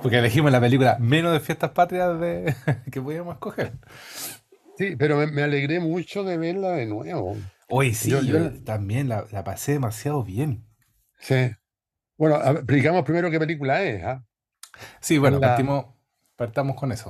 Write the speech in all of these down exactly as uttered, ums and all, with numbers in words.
Porque elegimos la película menos de fiestas patrias de... que podíamos escoger. Sí, pero me, me alegré mucho de verla de nuevo. Hoy Yo, sí, yo yo la- también la, la pasé demasiado bien. sí. Bueno, a ver, explicamos primero qué película es, ¿ah? Sí, Es bueno, la, partimos, partamos con eso.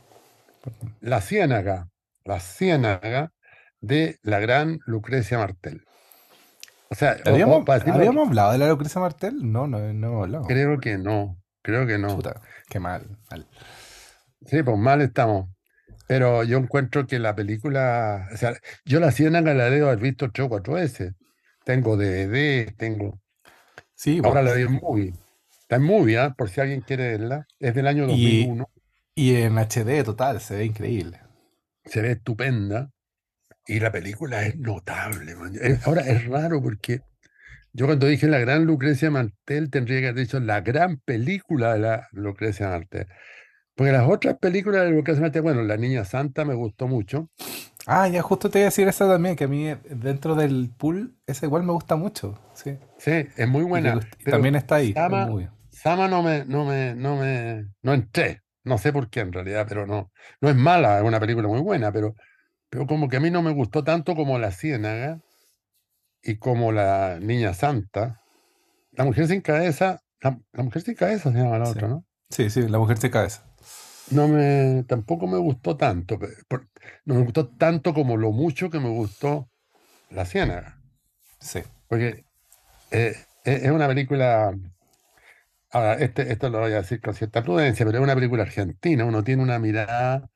la Ciénaga, la Ciénaga de la gran Lucrecia Martel. O sea, o, o ¿Habíamos, para decirlo, habíamos hablado de la Lucrecia Martel? No, no, no hemos hablado. creo que no, creo que no. Chuta, qué mal, mal. Sí, pues mal estamos. Pero yo encuentro que la película, o sea, yo la Ciénaga la debo haber visto tres o cuatro veces. Tengo D V D, tengo. Sí, Ahora la pues. vi en movie. Está en movie, ¿ah? Por si alguien quiere verla. Es del año dos mil Y, uno. y en H D total, se ve increíble. Se ve estupenda. Y la película es notable, man. Eh, Ahora es raro porque yo cuando dije la gran Lucrecia Martel tendría que haber dicho la gran película de la Lucrecia Martel. Porque las otras películas de Lucrecia Martel, bueno, La Niña Santa me gustó mucho. Ah, ya justo te iba a decir esa también, que a mí eh, dentro del pool, esa igual me gusta mucho, sí. Sí, es muy Y que buena. gust- y Pero también está ahí, es Sama, muy. Sama no me, no me, no me, no entré. No sé por qué en realidad, pero no. No es mala, es una película muy buena, pero, pero como que a mí no me gustó tanto como La Ciénaga y como La Niña Santa. La mujer sin cabeza, la, la mujer sin cabeza se llama la Sí. otra, ¿no? Sí, sí, la mujer sin cabeza. No me, tampoco me gustó tanto, pe- por- no me gustó tanto como lo mucho que me gustó La Ciénaga, Sí. porque eh, es es una película, ahora, este, esto lo voy a decir con cierta prudencia, pero es una película argentina, uno tiene una mirada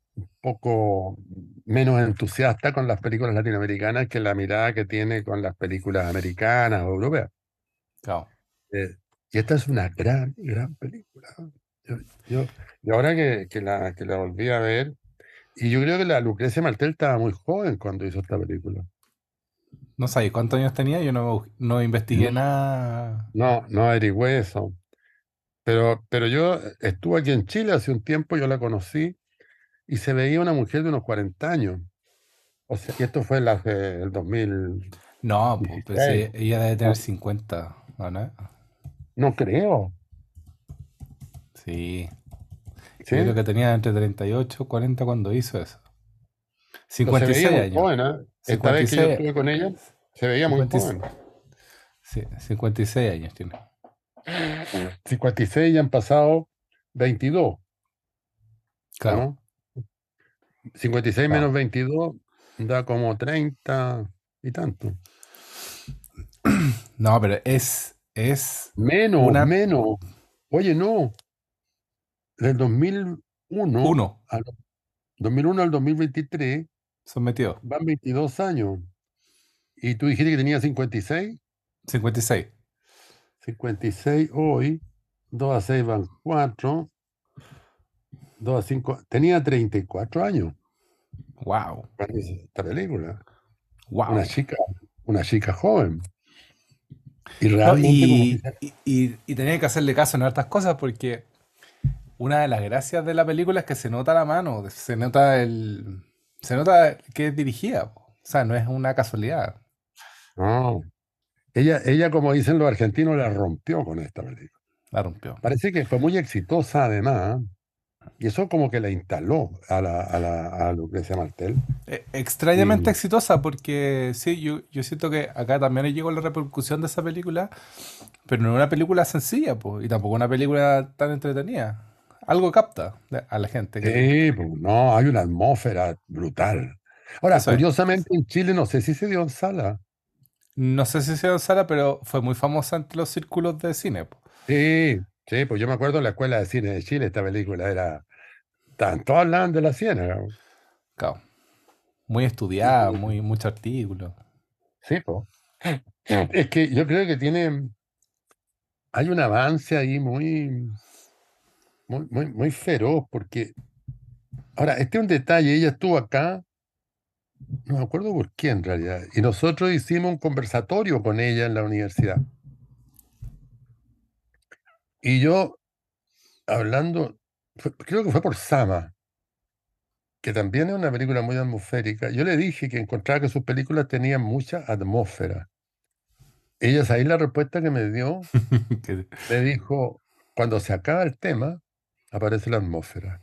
poco menos entusiasta con las películas latinoamericanas que la mirada que tiene con las películas americanas o europeas. Claro. Eh, y esta es una gran, gran película. Yo, yo- y ahora que, que la, que la volví a ver, y yo creo que la Lucrecia Martel estaba muy joven cuando hizo esta película. No sabía cuántos años tenía, yo no, no investigué No, nada. no, no averigüé eso. Pero, pero yo estuve aquí en Chile hace un tiempo, yo la conocí y se veía una mujer de unos cuarenta años. O sea, y esto fue en la, el dos mil No, pues, pero dieciséis sí, ella debe tener ¿no? cincuenta, ¿o no? No creo. Sí, yo creo ¿Sí? que tenía entre treinta y ocho y cuarenta cuando hizo eso. Pero se cincuenta y veía seis muy años. joven, ¿eh? Esta vez que yo cincuenta y seis, estuve con ella, se veía muy cincuenta y seis, joven. sí, cincuenta y seis años tiene. cincuenta y seis ya han pasado veintidós, ¿o Claro, no? cincuenta y seis claro. menos veintidós da como treinta y tanto. No, pero es, es Menos, una, menos. Oye, no, del dos mil uno uno, al dos mil uno al dos mil veintitrés sometido. van veintidós años. Y tú dijiste que tenía cincuenta y seis. cincuenta y seis. cincuenta y seis hoy, dos a seis van cuatro, dos a cinco. Tenía treinta y cuatro años Wow, cuando hizo esta película. Una wow. chica, una chica joven. Y No, realmente, como y, dice, y, y- y tenía que hacerle caso en hartas cosas porque una de las gracias de la película es que se nota la mano, se nota el, se nota que es dirigida, po. O sea, no es una casualidad. no, ella, ella, como dicen los argentinos, la rompió con esta película. La rompió. Parece que fue muy exitosa además, y eso como que la instaló a la, a la, a Lucrecia Martel. Eh, extrañamente Y exitosa porque sí, yo, yo siento que acá también llegó la repercusión de esa película, pero no es una película sencilla, pues, y tampoco una película tan entretenida. Algo capta de- a la gente que le gusta. sí, pues, no, hay una atmósfera brutal. Ahora, Eso es. curiosamente en Chile no sé si se dio en sala. No sé si se Sara, pero fue muy famosa entre los círculos de cine, po. Sí, sí, pues yo me acuerdo en la Escuela de Cine de Chile, esta película era, estaban todos hablando de la Ciénaga. Claro, muy estudiada, Y, muy, mucho artículo. sí, pues. Es que yo creo que tiene, hay un avance ahí muy, muy, muy, muy feroz, porque, ahora, este es un detalle, ella estuvo acá, no me acuerdo por qué en realidad, y nosotros hicimos un conversatorio con ella en la universidad. Y yo, hablando, fue- creo que fue por Sama, que también es una película muy atmosférica, yo le dije que encontraba que sus películas tenían mucha atmósfera. Ella, ahí la respuesta que me dio, Que- me dijo, cuando se acaba el tema, aparece la atmósfera.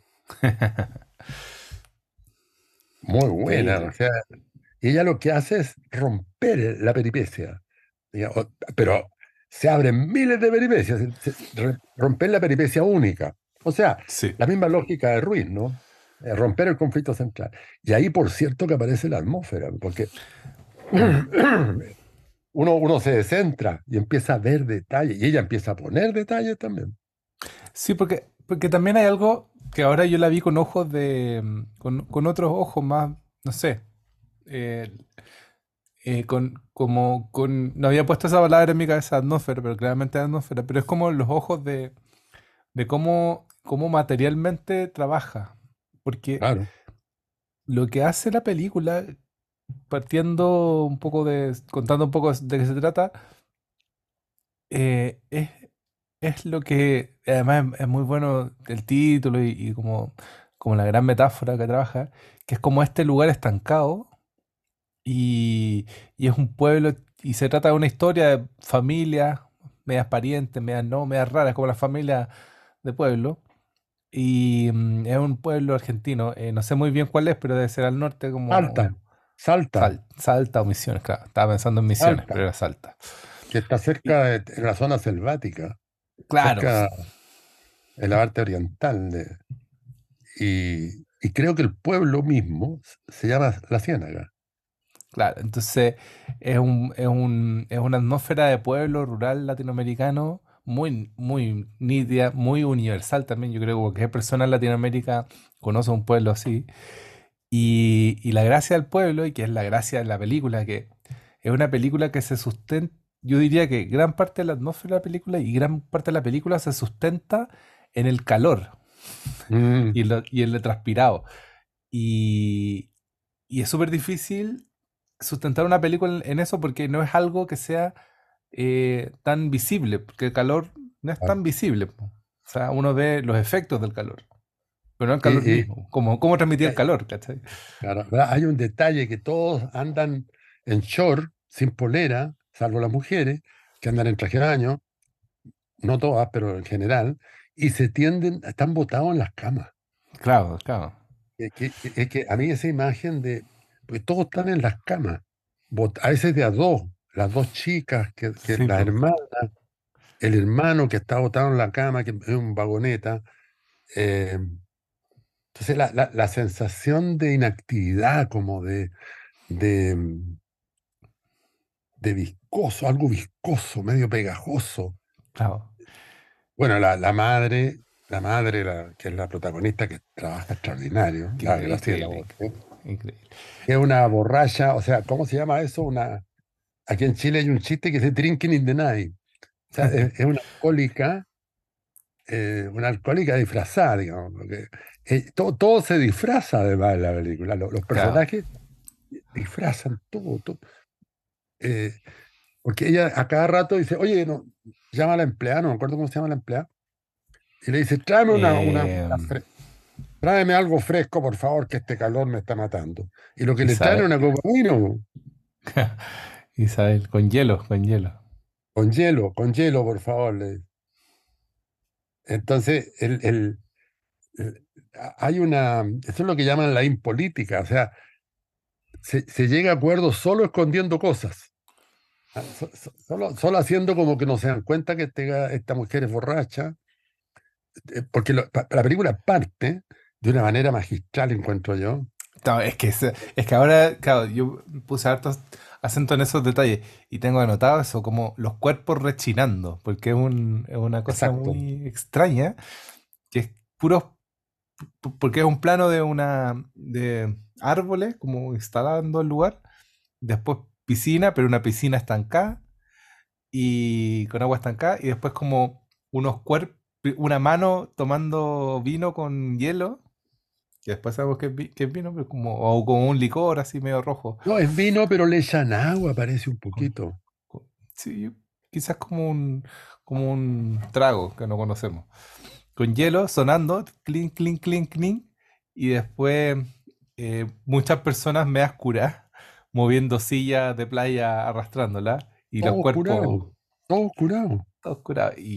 Muy buena, o Increíble. sea, y ella lo que hace es romper la peripecia. Diga, o- Pero se abren miles de peripecias, se- se- re- romper la peripecia única. O sea, Sí. la misma lógica de Ruiz, ¿no? Eh, romper el conflicto central. Y ahí, por cierto, que aparece la atmósfera, porque Mm. uno, uno se descentra y empieza a ver detalles, y ella empieza a poner detalles también. Sí, porque, porque también hay algo que ahora yo la vi con ojos de, mm, con, con otros ojos más, no sé, eh, eh, con, como, con, no había puesto esa palabra en mi cabeza, atmósfera, pero claramente es atmósfera, pero es como los ojos de, de cómo, cómo materialmente trabaja. Porque Claro. lo que hace la película, partiendo un poco de, contando un poco de qué se trata, eh, es, es lo que, además es, es muy bueno el título y, y como, como la gran metáfora que trabaja, que es como este lugar estancado y, y es un pueblo y se trata de una historia de familias, medias parientes, medias no, medias raras, como las familias de pueblo. Y mm, es un pueblo argentino, eh, no sé muy bien cuál es, pero debe ser al norte Salta, como salta, Sal- Salta o Misiones, claro. Estaba pensando en Misiones, pero salta, era Salta. que está Y, cerca de, en la zona selvática, claro, cerca en la parte oriental. de- y, y creo que el pueblo mismo se llama La Ciénaga. claro. Entonces es un, es un, es una atmósfera de pueblo rural latinoamericano muy, muy nítida, muy universal también. Yo creo que cualquier persona en Latinoamérica conoce un pueblo así. Y, y la gracia del pueblo, y que es la gracia de la película, que es una película que se sustenta, yo diría que gran parte de la atmósfera de la película y gran parte de la película se sustenta en el calor Mm, y en lo, y en lo transpirado. Y, y es súper difícil sustentar una película en, en eso porque no es algo que sea eh, tan visible, porque el calor no es claro. tan visible, po. O sea, uno ve los efectos del calor, pero no el Y, calor y, mismo, como cómo transmitir el eh, calor, ¿cachai? claro, ¿verdad? Hay un detalle que todos andan en short, sin polera, salvo las mujeres, que andan en traje de baño, no todas, pero en general, y se tienden, están botados en las camas. Claro, claro. Es que, que- es que a mí esa imagen de, pues todos están en las camas, bot- a veces de a dos, las dos chicas, que, que Sí, las pues, hermanas, el hermano que está botado en la cama, que es un vagoneta. eh, entonces la, la, la sensación de inactividad, como de, de, de viscoso, algo viscoso, medio pegajoso. claro. Bueno, la, la madre, la madre, la, que es la protagonista, que trabaja extraordinario, la Increíble, Graciela increíble, Borges, increíble. que es una borracha, o sea, ¿cómo se llama eso? Una, aquí en Chile hay un chiste que dice drinking in the night. O sea, es, es una alcohólica, eh, una alcohólica disfrazada, digamos, porque eh, todo, todo se disfraza además en la película. Los, los Claro. personajes disfrazan todo, todo. Eh, porque ella a cada rato dice, oye, no, llama a la empleada, no me acuerdo cómo se llama la empleada, y le dice, tráeme una, una, Eh, una fre- tráeme algo fresco, por favor, que este calor me está matando. Y lo que le traen es Isabel. una copa de vino, Isabel, con hielo, con hielo. con hielo, con hielo, por favor. le- Entonces, el, el- el- a- hay una, eso es lo que llaman la impolítica, o sea, se, se llega a acuerdos solo escondiendo cosas, ah, so- so- solo, solo haciendo como que no se dan cuenta que este- esta mujer es borracha, eh, porque lo- pa- la película parte de una manera magistral, encuentro yo. No, es que, se- es que ahora, claro, yo puse hartos acento en esos detalles y tengo anotado eso, como los cuerpos rechinando, porque es, un, es una cosa Exacto. muy extraña, que es puros, pu- porque es un plano de una, de árboles, como instalando el lugar, después piscina, pero una piscina estancada, y con agua estancada y después como unos cuerpos, una mano tomando vino con hielo, que después sabemos que es, vi- que es vino, pero como, o como un licor así medio rojo. No, es vino, pero le echan agua, parece un Con- poquito. con- sí, quizás como un, como un trago que no conocemos. Con hielo sonando, clink, clink, clink, clink, y después eh, muchas personas me curas moviendo sillas de playa arrastrándola y los Todos cuerpos curados, todos curados. todos curados. Y,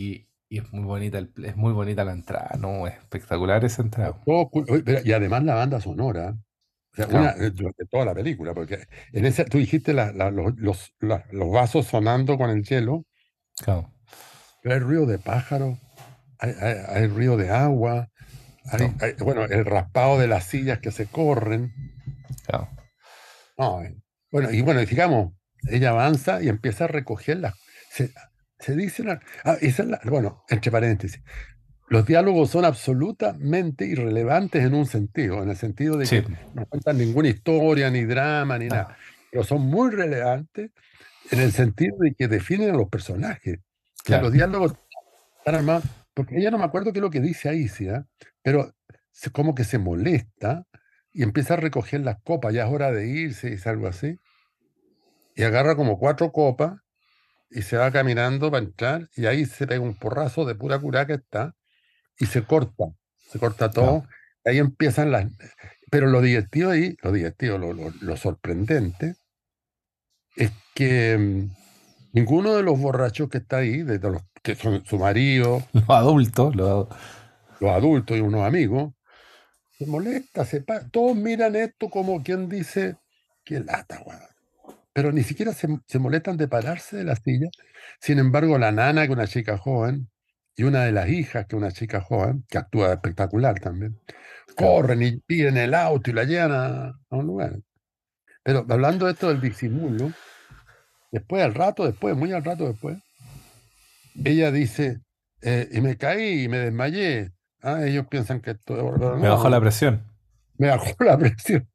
Y es muy bonita, el- es muy bonita la entrada, ¿no? Es espectacular esa entrada. Todo cu- oye, pero- y además la banda sonora, o sea, una Claro, eh, durante toda la película, porque en ese, tú dijiste la- la- los, los, la- los vasos sonando con el hielo, claro, pero hay ruido de pájaros, hay, hay, hay ruido de agua, hay, claro, hay- bueno, el raspado de las sillas que se corren. claro, No, eh, bueno, y bueno, y digamos, ella avanza y empieza a recoger las. Se, se dice una. Ah, esa es la- bueno, entre paréntesis. Los diálogos son absolutamente irrelevantes en un sentido, en el sentido de sí, que no cuentan ninguna historia, ni drama, ni nada, nada, pero son muy relevantes en el sentido de que definen a los personajes. O sea, claro, los diálogos están armados, porque ella no me acuerdo qué es lo que dice ahí, ¿sí? ¿Ah? Pero se- como que se molesta y empieza a recoger las copas, ya es hora de irse, es algo así, y agarra como cuatro copas y se va caminando para entrar, y ahí se pega un porrazo de pura curaca está y se corta, se corta claro. todo. Ahí empiezan las. Pero lo divertido ahí, lo divertido, lo, lo- lo sorprendente, es que mm, ninguno de los borrachos que está ahí, de los que son su marido, Los adultos, los, los adultos y unos amigos, se molesta, se pa- todos miran esto como quien dice, qué lata, weón. Pero ni siquiera se, se molestan de pararse de la silla. Sin embargo, la nana, que es una chica joven, y una de las hijas, que es una chica joven, que actúa espectacular también, claro. corren y piden el auto y la llevan a, a un lugar. Pero hablando de esto del disimulo, después al rato, después, muy al rato después, ella dice, eh, y me caí y me desmayé. Ah, ellos piensan que esto es verdad. Me bajó la No, presión. me bajó la presión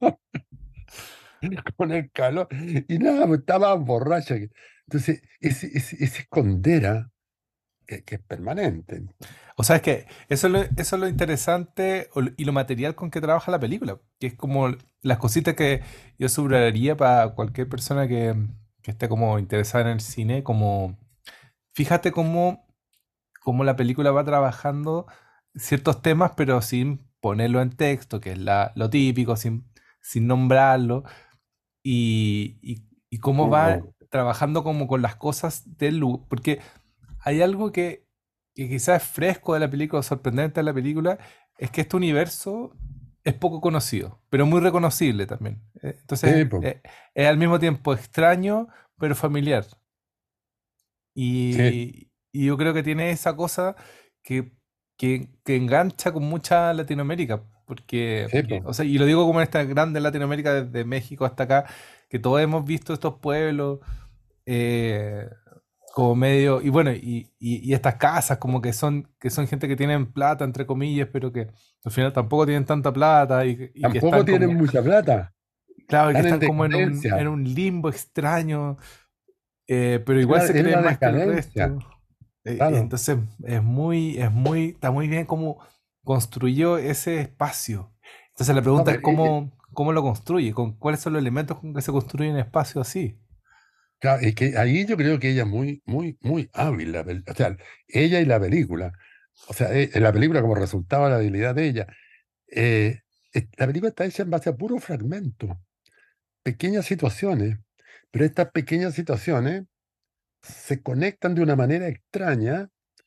con el calor. Y nada, pues, estaba borracha. que- Entonces, ese, ese, ese escondera que, que es permanente. O sea, es que eso es lo, eso es lo interesante o lo- y lo material con que trabaja la película, que es como las cositas que yo subrayaría para cualquier persona que, que esté como interesada en el cine, como fíjate cómo, cómo la película va trabajando ciertos temas, pero sin ponerlo en texto, que es la, lo típico, sin, sin nombrarlo, y, y, y cómo No, va no. trabajando como con las cosas del lugar, porque hay algo que, que quizás es fresco de la película, o sorprendente de la película, es que este universo es poco conocido, pero muy reconocible también. Eh, Entonces, Sí, pues, eh, es al mismo tiempo extraño, pero familiar. sí, Y, y yo creo que tiene esa cosa que, que, que engancha con mucha Latinoamérica, porque, sí, porque, pues. o sea, y lo digo como en esta grande Latinoamérica, desde México hasta acá, que todos hemos visto estos pueblos, eh, como medio, y bueno, y, y- y estas casas como que son, que son gente que tienen plata, entre comillas, pero que al final tampoco tienen tanta plata y, que y que Tampoco están tienen como, mucha plata, claro, y que están en están como en un, decadencia. en un limbo extraño, eh, pero Es igual la, se es creen la más que el decadencia, resto. Eh, claro. entonces es muy, es muy, está muy bien cómo construyó ese espacio. Entonces la No, pregunta es pero, eh, eh, cómo, cómo lo construye, con cuáles son los elementos con que se construye un espacio así. claro, es que ahí yo creo que ella es muy, muy, muy hábil, la pel- o sea, ella y la película. O sea, eh, la película como resultado de la habilidad de ella. eh, es- la película está hecha en base a puro fragmento, pequeñas situaciones, pero estas pequeñas situaciones se conectan de una manera extraña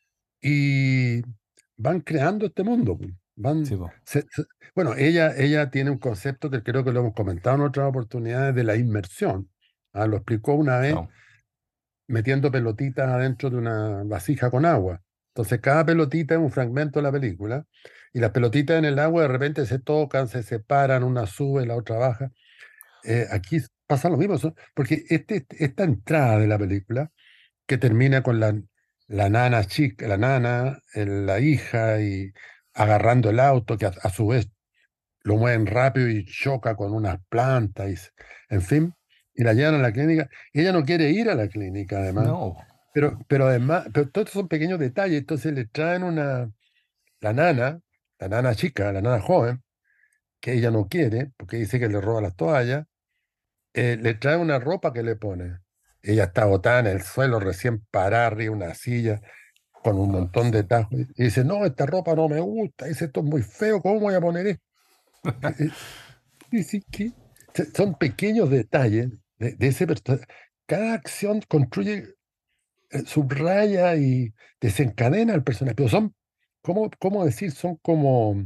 y van creando este mundo, pues. Sí, Van, po, se- se- bueno, ella, ella tiene un concepto que creo que lo hemos comentado en otras oportunidades de la inmersión. Ah, lo explicó una vez claro. metiendo pelotitas adentro de una vasija con agua. Entonces, cada pelotita es un fragmento de la película y las pelotitas en el agua de repente se tocan, se separan, una sube, la otra baja. Eh, aquí pasa lo mismo, so- porque este, esta entrada de la película que termina con la, la nana chica, la nana, el- la hija y agarrando el auto, que a, a su vez lo mueven rápido y choca con unas plantas, y, s- en fin, y la llevan a la clínica. Y ella no quiere ir a la clínica, además, No, pero, pero además, pero todos estos son pequeños detalles, entonces le traen una, la nana, la nana chica, la nana joven, que ella no quiere, porque dice que le roba las toallas, eh, le trae una ropa que le pone. Ella está botada en el suelo, recién parada arriba de una silla, con un no, montón sí. de tajos. Y dice, no, esta ropa no me gusta, dice, esto es muy feo, ¿cómo voy a poner esto? Eh, Dice que son pequeños detalles de, de ese personaje. Cada acción construye. eh, subraya y desencadena al personaje. Pero son, ¿cómo, cómo decir? Son como,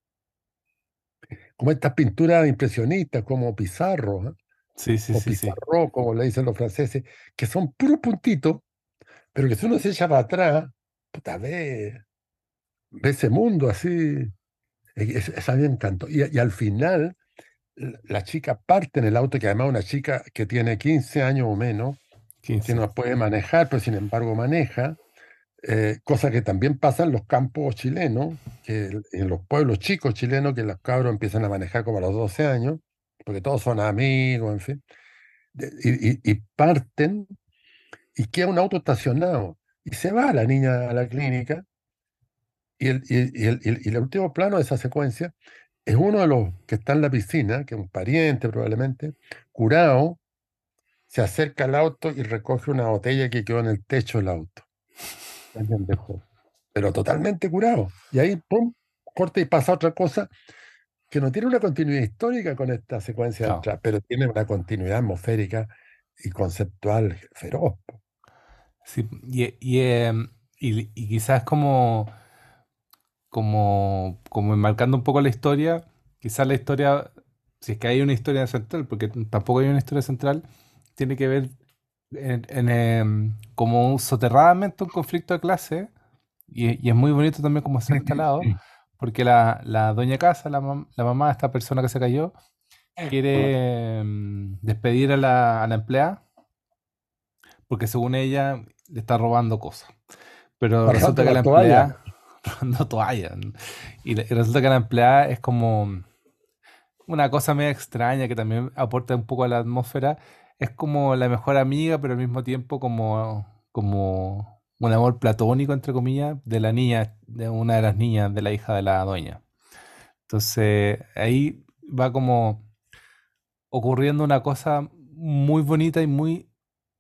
como estas pinturas impresionistas, como Pizarro, ¿eh? Sí, sí, O sí, sí. Pizarro, como le dicen los franceses, que son puros puntitos, pero que si uno se echa para atrás, puta, ve, ve ese mundo así. Es, es a mí me encantó. Y, y al final, la la chica parte en el auto, que además es una chica que tiene quince años o menos, que Quince. no puede manejar, pero sin embargo maneja, eh, cosa que también pasa en los campos chilenos, que el- en los pueblos chicos chilenos, que los cabros empiezan a manejar como a los doce años, porque todos son amigos, en fin, de- y, y- y parten y queda un auto estacionado. Y se va la niña a la clínica, y el, y, y el, y el- y el último plano de esa secuencia es uno de los que está en la piscina, que es un pariente probablemente, curado, se acerca al auto y recoge una botella que quedó en el techo del auto. Alguien dejó. Pero totalmente curado. Y ahí, pum, corta y pasa otra cosa que no tiene una continuidad histórica con esta secuencia de Claro. atrás, pero tiene una continuidad atmosférica y conceptual feroz. Sí, y, y, em, y- y quizás como, como, como enmarcando un poco la historia, quizás la historia, si es que hay una historia central, porque t- tampoco hay una historia central, tiene que ver en, en, em, como soterradamente un conflicto de clase, y, y es muy bonito también cómo se ha instalado, porque la, la dueña casa, la, mam- la mamá de esta persona que se cayó, quiere em, despedir a la, a la empleada, porque según ella le está robando cosas. Pero Arrastrando resulta que la las toallas. empleada, no toalla, ¿no? y, la- y resulta que la empleada es como una cosa medio extraña que también aporta un poco a la atmósfera. Es como la mejor amiga, pero al mismo tiempo como, como un amor platónico, entre comillas, de la niña, de una de las niñas, de la hija de la dueña. Entonces ahí va como ocurriendo una cosa muy bonita y muy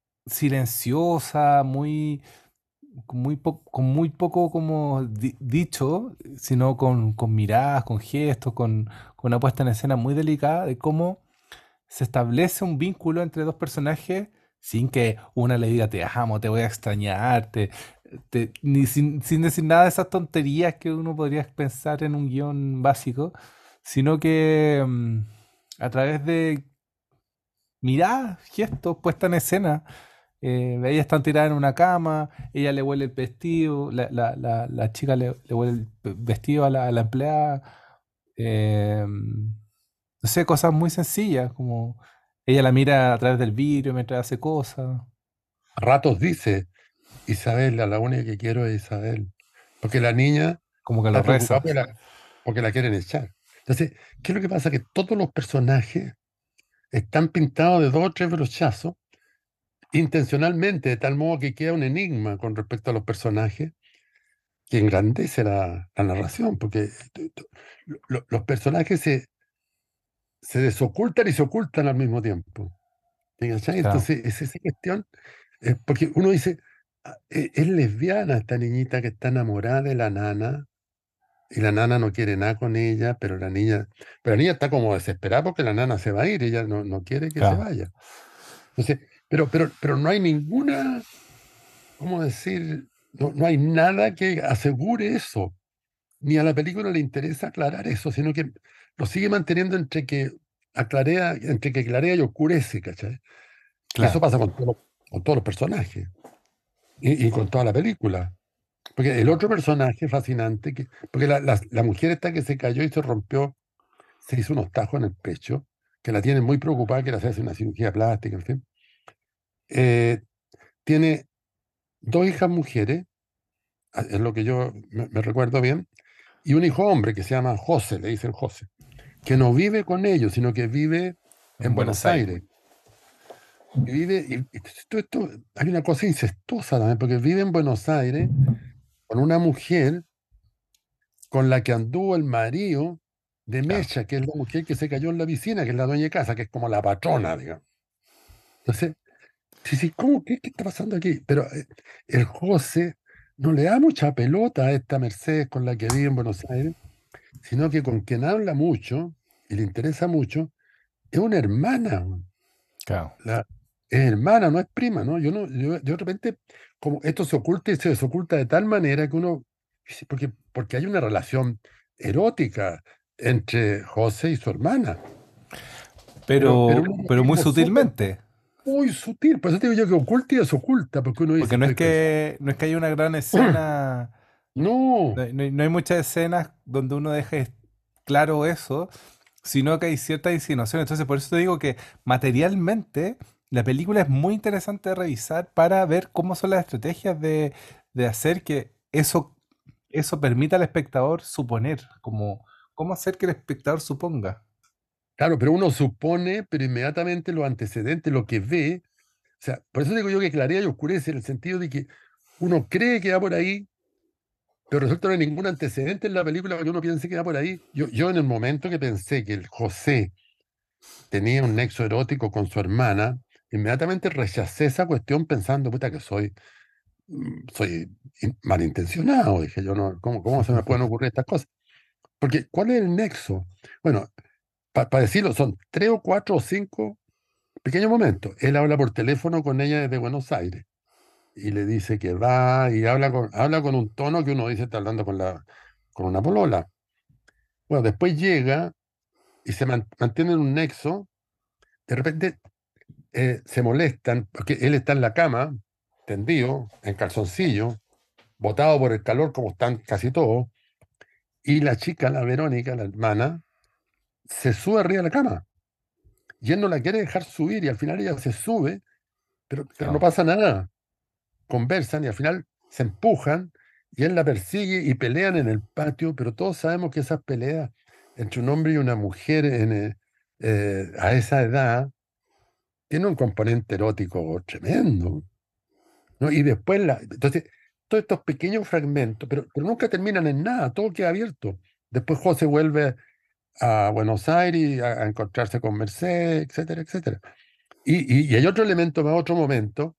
silenciosa, muy con muy, po- con muy poco como di- dicho, sino con, con miradas, con gestos, con, con una puesta en escena muy delicada de cómo se establece un vínculo entre dos personajes sin que una le diga te amo, te voy a extrañar, te- te- ni sin, sin decir nada de esas tonterías que uno podría pensar en un guión básico, sino que mm, a través de miradas, gestos, puesta en escena. Eh, ella está tirada en una cama, ella le huele el vestido, la, la, la, la chica le, le huele el pe- vestido a la, a la empleada. eh, no sé, cosas muy sencillas, como ella la mira a través del vidrio mientras hace cosas, A ratos dice, Isabel, a la única que quiero es Isabel. Porque la niña como que lo está preocupada reza. porque la, porque la quieren echar. Entonces, ¿qué es lo que pasa? Que todos los personajes están pintados de dos o tres brochazos intencionalmente, de tal modo que queda un enigma con respecto a los personajes que engrandece la, la narración, porque t- t- lo- lo- los personajes se, se desocultan y se ocultan al mismo tiempo. ¿Me cachai? Claro, Entonces, es esa cuestión, eh, porque uno dice, "Ah, e- es lesbiana esta niñita que está enamorada de la nana, y la nana no quiere nada con ella, pero la niña, pero la niña está como desesperada porque la nana se va a ir, ella no, no quiere que se claro, vaya. Entonces, pero, pero, pero no hay ninguna, ¿cómo decir? No, no hay nada que asegure eso. Ni a la película le interesa aclarar eso, sino que lo sigue manteniendo entre que aclarea, entre que clarea y oscurece, ¿cachai? Y eso claro, pasa con, todo lo- con todos los personajes y, y con toda la película. Porque el otro personaje fascinante, que, porque la, la, la mujer esta que se cayó y se rompió, se hizo unos tajos en el pecho, que la tienen muy preocupada, que le hace una cirugía plástica, en fin. Eh, tiene dos hijas mujeres, a- es lo que yo me, me recuerdo bien, y un hijo hombre que se llama José, le dicen José, que no vive con ellos, sino que vive en en Buenos Buenos Aires. Aires. Y vive, y, y esto, esto- hay una cosa incestuosa también, porque vive en Buenos Aires con una mujer con la que anduvo el marido de Claro, Mecha, que es la mujer que se cayó en la piscina, que es la dueña de casa, que es como la patrona, digamos. Entonces, sí, sí, ¿cómo? ¿Qué, qué está pasando aquí? Pero eh, el José no le da mucha pelota a esta Mercedes con la que vive en Buenos Aires, sino que con quien habla mucho y le interesa mucho es una hermana, claro. es hermana, no es prima, ¿no? Yo no, yo, yo de repente, como esto se oculta y se desoculta de tal manera que uno, sí, porque, porque hay una relación erótica entre José y su hermana, pero, pero Pero, uno lo pero ve muy como súper, sutilmente. muy sutil, por eso te digo yo que oculta y desoculta, porque uno dice, Porque no es estoy pensando, que, no es que haya una gran escena, no, no, hay no hay- no hay muchas escenas donde uno deje claro eso, sino que hay cierta insinuación. Entonces, por eso te digo que materialmente la película es muy interesante de revisar para ver cómo son las estrategias de, de hacer que eso, eso permita al espectador suponer, como cómo hacer que el espectador suponga. claro, pero uno supone, pero inmediatamente los antecedentes, lo que ve, o sea, por eso digo yo que clarea y oscurece, en el sentido de que uno cree que va por ahí, pero resulta que no hay ningún antecedente en la película para que uno piense que va por ahí. Yo, yo en el momento que pensé que el José tenía un nexo erótico con su hermana, inmediatamente rechacé esa cuestión pensando, puta, que soy, mm, soy in- malintencionado. Dije yo, no, ¿cómo, cómo se me pueden ocurrir estas cosas? Porque, ¿cuál es el nexo? Bueno, para decirlo, son tres o cuatro o cinco pequeños momentos. Él habla por teléfono con ella desde Buenos Aires y le dice que va y habla con, habla con un tono que uno dice está hablando con, la, con una polola. Bueno, después llega y se man- mantiene en un nexo. De repente eh, se molestan porque él está en la cama, tendido, en calzoncillo, botado por el calor como están casi todos, y la chica, la Verónica, la hermana, se sube arriba de la cama. Y él no la quiere dejar subir y al final ella se sube, pero, pero no Claro. pasa nada. Conversan y al final se empujan y él la persigue y pelean en el patio, pero todos sabemos que esas peleas entre un hombre y una mujer en, eh, eh, a esa edad tiene un componente erótico tremendo, ¿no? Y después, la, entonces, todos estos pequeños fragmentos, pero, pero nunca terminan en nada, todo queda abierto. Después José vuelve a Buenos Aires a, a encontrarse con Mercedes, etcétera, etcétera. Y, y, y hay otro elemento más, otro momento,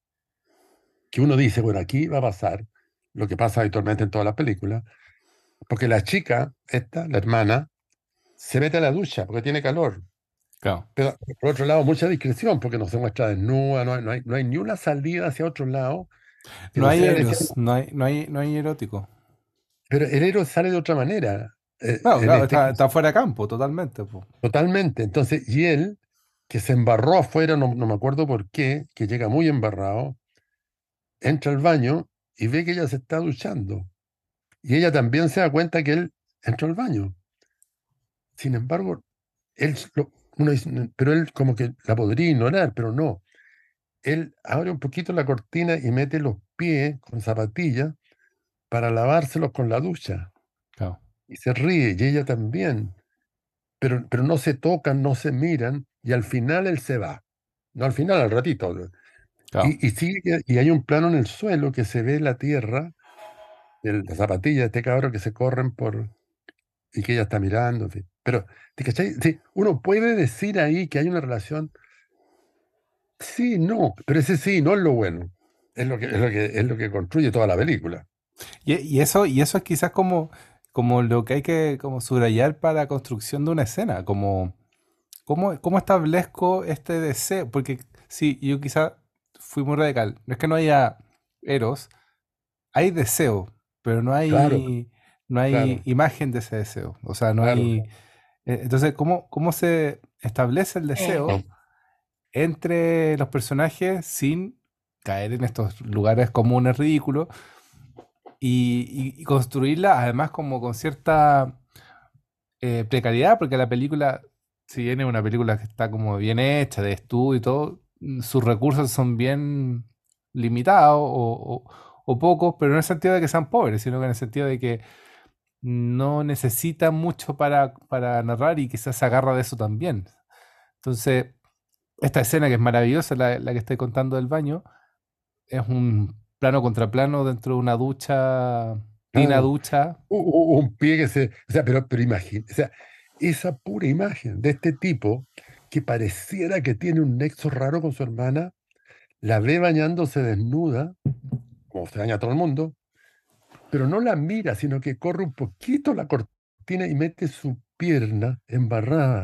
que uno dice, bueno, aquí va a pasar lo que pasa habitualmente en todas las películas, porque la chica, esta, la hermana, se mete a la ducha porque tiene calor. Claro. Pero por otro lado, mucha discreción porque no se muestra desnuda, no hay, no hay, no hay ni una salida hacia otro lado que No no hay sea el Eros, ejemplo. no hay, no hay, no hay erótico. Pero el héroe sale de otra manera, eh, Claro, en claro, este está, caso, está fuera de campo, totalmente, po. totalmente. Entonces, y él, que se embarró afuera, no, no me acuerdo por qué, que llega muy embarrado, entra al baño y ve que ella se está duchando. Y ella también se da cuenta que él entró al baño. Sin embargo, él, lo- uno dice, "No", pero él como que la podría ignorar, pero no. Él abre un poquito la cortina y mete los pies con zapatillas para lavárselos con la ducha. Claro, Y se ríe, y ella también. Pero, pero no se tocan, no se miran, y al final él se va. No al final, al ratito. claro. Y, y, sigue, que- y hay un plano en el suelo que se ve la tierra, el- las zapatillas de este cabro que se corren por, y que ella está mirando, en fin. Pero, ¿te cachai? Sí, uno puede decir ahí que hay una relación. Sí, no, pero ese sí, no es lo bueno. Es lo que, es lo que, es lo que construye toda la película. Y, y eso, y eso es quizás como, como lo que hay que como subrayar para la construcción de una escena, como cómo, cómo establezco este deseo, porque sí, yo quizás fui muy radical. No es que no haya eros, hay deseo, pero no Claro, hay, no hay claro, imagen de ese deseo. O sea, no claro. hay. eh, Entonces, ¿cómo, cómo se establece el deseo entre los personajes sin caer en estos lugares comunes ridículos y, y- y construirla además como con cierta eh, precariedad, porque la película, si bien es una película que está como bien hecha, de estudio y todo, mm, sus recursos son bien limitados o, o- o pocos, pero no en el sentido de que sean pobres, sino que en el sentido de que no necesita mucho para, para narrar y quizás se agarra de eso también. Entonces, esta escena que es maravillosa, la, la que estoy contando del baño, es un plano contra plano dentro de una ducha, tina Claro. ducha. U- u- Un pie que se. O sea, pero, pero imagina, o sea, esa pura imagen de este tipo que pareciera que tiene un nexo raro con su hermana, la ve bañándose desnuda, como se baña todo el mundo, pero no la mira, sino que corre un poquito la cortina y mete su pierna embarrada.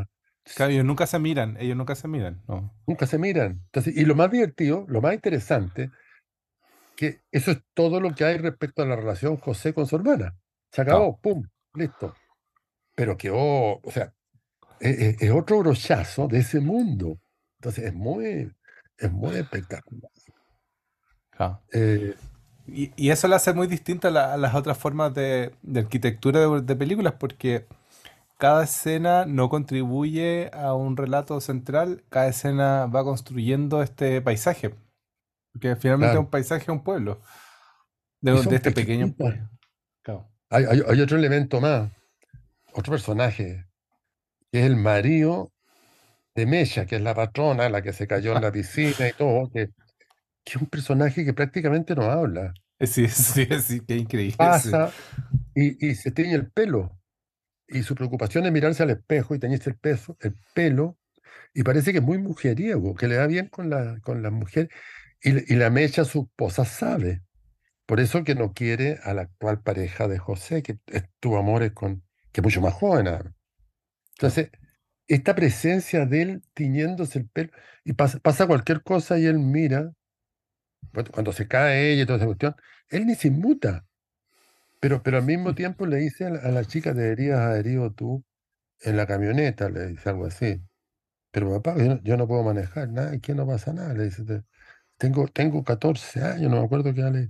Claro, ellos nunca se miran, ellos nunca se miran, no. Nunca se miran. Entonces, y lo más divertido, lo más interesante, que eso es todo lo que hay respecto a la relación José con su hermana. Se Claro. acabó, pum, listo. Pero quedó, o sea, es, es- es otro brochazo de ese mundo. Entonces, es muy, es muy espectacular. Claro. Eh, Y, y eso lo hace muy distinto a, la- a las otras formas de, de arquitectura de, de películas, porque cada escena no contribuye a un relato central, cada escena va construyendo este paisaje, que finalmente es claro, un paisaje, un pueblo, y de, de son este pequeño pequeñitas. país. Claro. Hay, hay, hay otro elemento más, otro personaje, que es el marido de Mesha, que es la patrona, la que se cayó en la piscina y todo, que, que es un personaje que prácticamente no habla. Sí, sí, sí, qué increíble. Sí. Pasa y, y se tiñe el pelo. Y su preocupación es mirarse al espejo y teñirse el, peso, el pelo. Y parece que es muy mujeriego, que le da bien con la, con la mujer. Y, le- y la Mecha, su esposa, sabe. Por eso que no quiere a la actual pareja de José, que es- tuvo amores con, que es mucho más joven. Además. Claro. Entonces, esta presencia de él tiñéndose el pelo, y pasa, pasa cualquier cosa y él mira, cuando cuando se cae ella y toda esa cuestión, él ni se inmuta, pero, pero al mismo tiempo le dice a la, a la chica, deberías haber ido tú en la camioneta, le dice algo así. Pero papá, yo no, yo no puedo manejar nada, aquí no pasa nada, le dice. "Te- Tengo, tengo catorce años, no me acuerdo qué edad le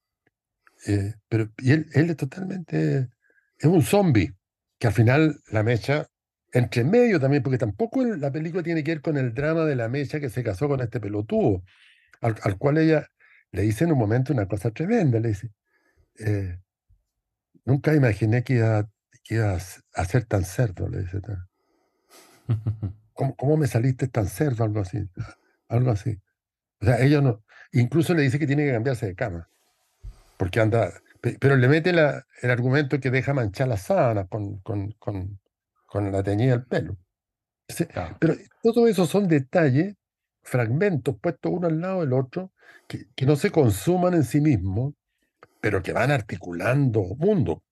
eh, pero y él, él es totalmente, es un zombie, que al final la Mecha, entre medio también, porque tampoco el- la película tiene que ver con el drama de la Mecha que se casó con este pelotudo, al, al cual ella le dice en un momento una cosa tremenda, le dice, eh, nunca imaginé que iba, que ibas a ser tan cerdo, le dice. ta- ¿Cómo, cómo me saliste tan cerdo? Algo así, algo así. O sea, ella no, incluso le dice que tiene que cambiarse de cama. Porque anda, pe- pero le mete la- el argumento que deja manchar las sábanas con, con, con, con la teñida del pelo. Ese- Claro. pero todo eso son detalles, fragmentos puestos uno al lado del otro, que, que no se consuman en sí mismos, pero que van articulando mundo.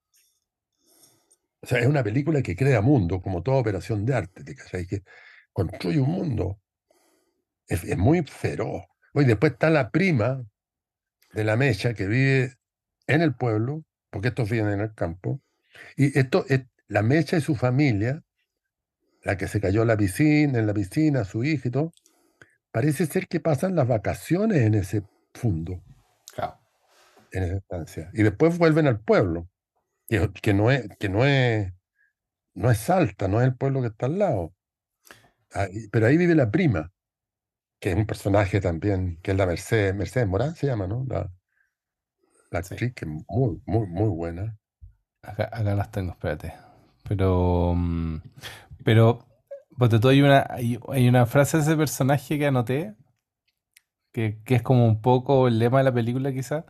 O sea, es una película que crea mundo, como toda operación de arte, ¿te cachai? Que construye un mundo. Es, es muy feroz. Oye, después está la prima de la Mecha que vive en el pueblo, porque estos viven en el campo. Y esto es la Mecha y su familia, la que se cayó en la piscina, en la piscina, su hija y todo, parece ser que pasan las vacaciones en ese fondo, Claro. en esa estancia. Y después vuelven al pueblo, que, que no es, que no es, no es Salta, no es el pueblo que está al lado. Ahí- pero ahí vive la prima, que es un personaje también, que es la Mercedes, Mercedes Morán se llama, ¿no? La, la Sí. actriz que es muy, muy, muy buena. Acá, acá las tengo, espérate. Pero, mm, pero, ponte tú, hay una, hay, hay una frase de ese personaje que anoté, que, que es como un poco el lema de la película, quizás,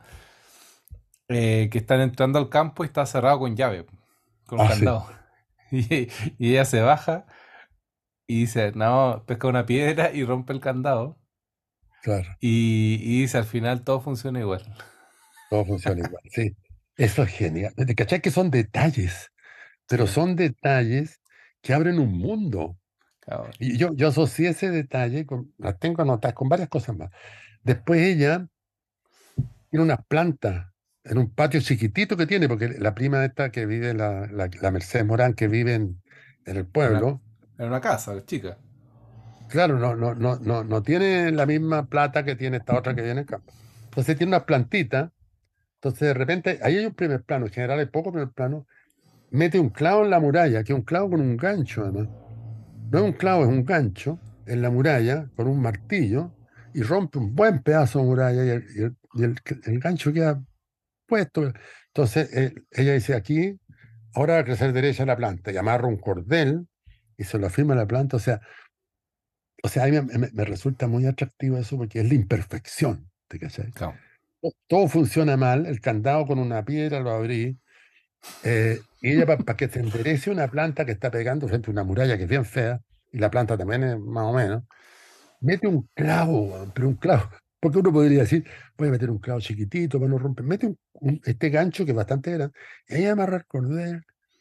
eh, que están entrando al campo y está cerrado con llave, con un Ah, sí, candado. Y, y ella se baja y dice, no, pesca una piedra y rompe el candado. claro. Y, y dice, al final todo funciona igual. Todo funciona igual. Sí, eso es genial. ¿Te cachai que son detalles? Pero Sí, son detalles que abren un mundo. cabrón. Y yo, yo asocié ese detalle, con, las tengo anotadas con varias cosas más. Después ella tiene unas plantas en un patio chiquitito que tiene, porque la prima esta que vive, la, la, la Mercedes Morán, que vive en, en el En una, pueblo, en una casa, chica. claro, no, no, no, no, no tiene la misma plata que tiene esta otra que vive en el campo. Entonces tiene unas plantitas, entonces de repente, ahí hay un primer plano, en general hay poco primer plano, mete un clavo en la muralla, que es un clavo con un gancho además. No es un clavo, es un gancho en la muralla con un martillo y rompe un buen pedazo de muralla y el, y el- y el- el gancho queda puesto. Entonces eh, ella dice, aquí, ahora va a crecer derecha la planta y amarra un cordel y se lo afirma a la planta. O sea, o sea, a mí me, me- me resulta muy atractivo eso porque es la imperfección, ¿te cachai? Claro. Todo funciona mal, el candado con una piedra lo abrí, eh, y ella para que se enderece una planta que está pegando frente a una muralla que es bien fea, y la planta también es más o menos, mete un clavo, weón, pero un clavo. Porque uno podría decir, voy a meter un clavo chiquitito para no romper. Mete un, un- este gancho que es bastante grande, y ahí amarra el cordel. Ta.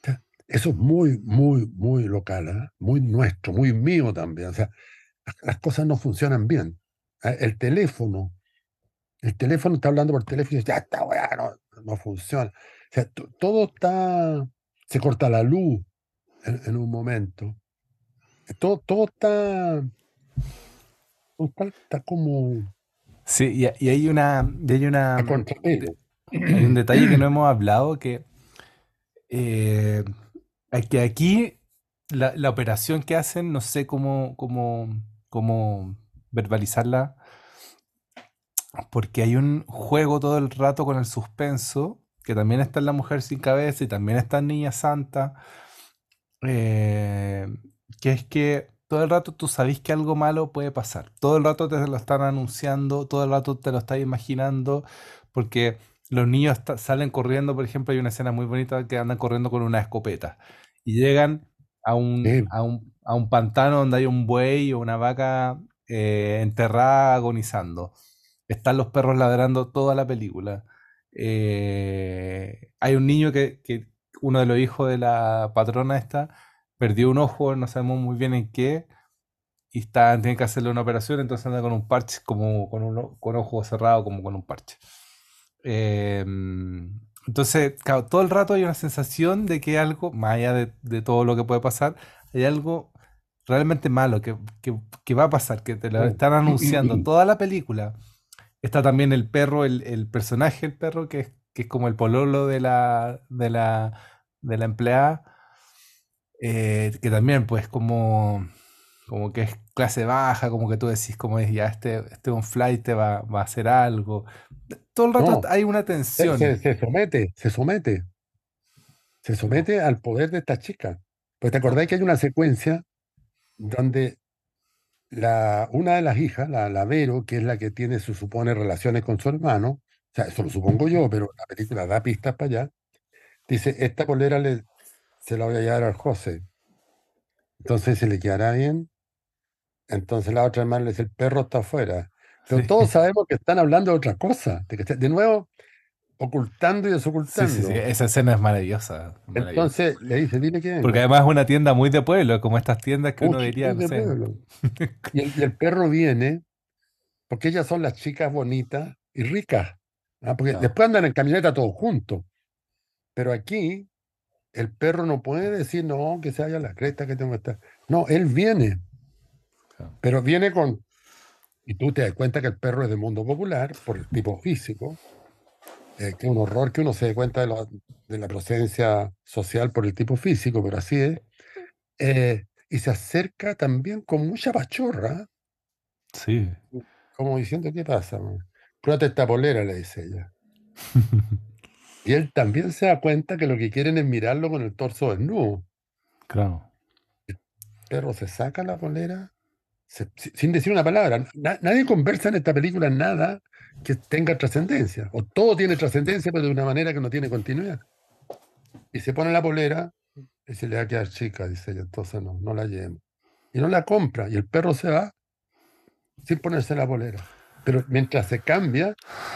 Eso es muy, muy, muy local, ¿ah? Muy nuestro, muy mío también. O sea, las, las cosas no funcionan bien. Ah, El teléfono, el teléfono está hablando por teléfono y dice, ya está, weá, no, no funciona. O sea, to- todo está, se corta la luz en, en un momento. Todo, todo está, todo está, está como Sí, y, y hay una, y hay a una, contrapelo. hay un detalle que no hemos hablado que, eh, que aquí la, la operación que hacen, no sé cómo, cómo, cómo verbalizarla, porque hay un juego todo el rato con el suspenso, que también está en La Mujer Sin Cabeza y también está en Niña Santa, eh, que es que todo el rato tú sabes que algo malo puede pasar. Todo el rato te lo están anunciando, todo el rato te lo estás imaginando, porque los niños esta- salen corriendo, por ejemplo, hay una escena muy bonita que andan corriendo con una escopeta y llegan a un, Sí, a un, a un pantano donde hay un buey o una vaca eh, enterrada agonizando. Están los perros ladrando toda la película. Eh, hay un niño que, que uno de los hijos de la patrona esta perdió un ojo, no sabemos muy bien en qué, y está, tiene que hacerle una operación, entonces anda con un parche, como con un o- con ojo cerrado, como con un parche. Eh, entonces, claro, todo el rato hay una sensación de que algo, más allá de, de todo lo que puede pasar, hay algo realmente malo que, que- que va a pasar, que te lo sí. están anunciando toda la película. Está también el perro, el, el personaje, el perro, que es, que es como el pololo de la, de la, de la empleada, eh, que también, pues, como, como que es clase baja, como que tú decís, como es ya, este, este un flight te va, va a hacer algo. Todo el rato No, hay una se, se- tensión. se somete, se somete, se Sí, po. somete al poder de esta chica. Pues te acordás que hay una secuencia donde la, una de las hijas, la, la Vero, que es la que tiene, se supone, relaciones con su hermano, o sea, eso lo supongo yo, pero la película da pistas para allá, dice, esta polera le, se la voy a llevar al José, entonces se le quedará bien, entonces la otra hermana le dice, el perro está afuera. Sí, Pero todos sabemos que están hablando de otra cosa, de, que está- de nuevo, ocultando y sí, sí, sí, desocultando. esa escena es maravillosa, maravillosa. Entonces le dice, dile que Porque venga. además es una tienda muy de pueblo, como estas tiendas que uno Mucho, diría, muy no de sé. pueblo. Y el, y el perro viene porque ellas son las chicas bonitas y ricas. ¿Ah? Porque Claro, después andan en camioneta todos juntos. Pero aquí el perro no puede decir, no, que se vaya a la cresta que tengo que estar. No, él viene, claro. pero viene con... Y tú te das cuenta que el perro es de mundo popular por el tipo físico, eh, que es un horror que uno se dé cuenta de, la de la procedencia social por el tipo físico, pero así es. Eh, y se acerca también con mucha pachorra, Sí. como diciendo, ¿qué pasa, man? Pruébate esta polera, le dice ella. Y él también se da cuenta que lo que quieren es mirarlo con el torso desnudo. Claro. Perro se saca la polera se- si- sin decir una palabra. Na- nadie conversa en esta película nada que tenga trascendencia. O todo tiene trascendencia, pero de una manera que no tiene continuidad. Y se pone la polera y se le va a quedar chica, dice ella. Entonces no, no la llevemos. Y no la compra. Y el perro se va sin ponerse la polera. Pero mientras se cambia,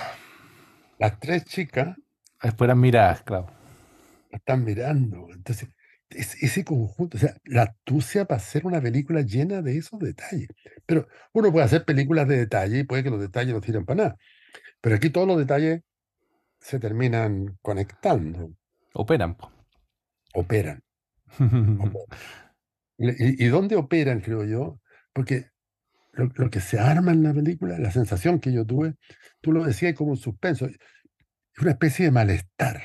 las tres chicas Después miradas, claro. la están mirando. Entonces, es- ese conjunto, o sea, la astucia para hacer una película llena de esos detalles. Pero uno puede hacer películas de detalle y puede que los detalles no sirvan para nada. Pero aquí todos los detalles se terminan conectando, Operan, po. operan. operan. ¿Y, y dónde operan, creo yo? Porque lo, lo que se arma en la película, la sensación que yo tuve, tú lo decías como un suspenso, es una especie de malestar.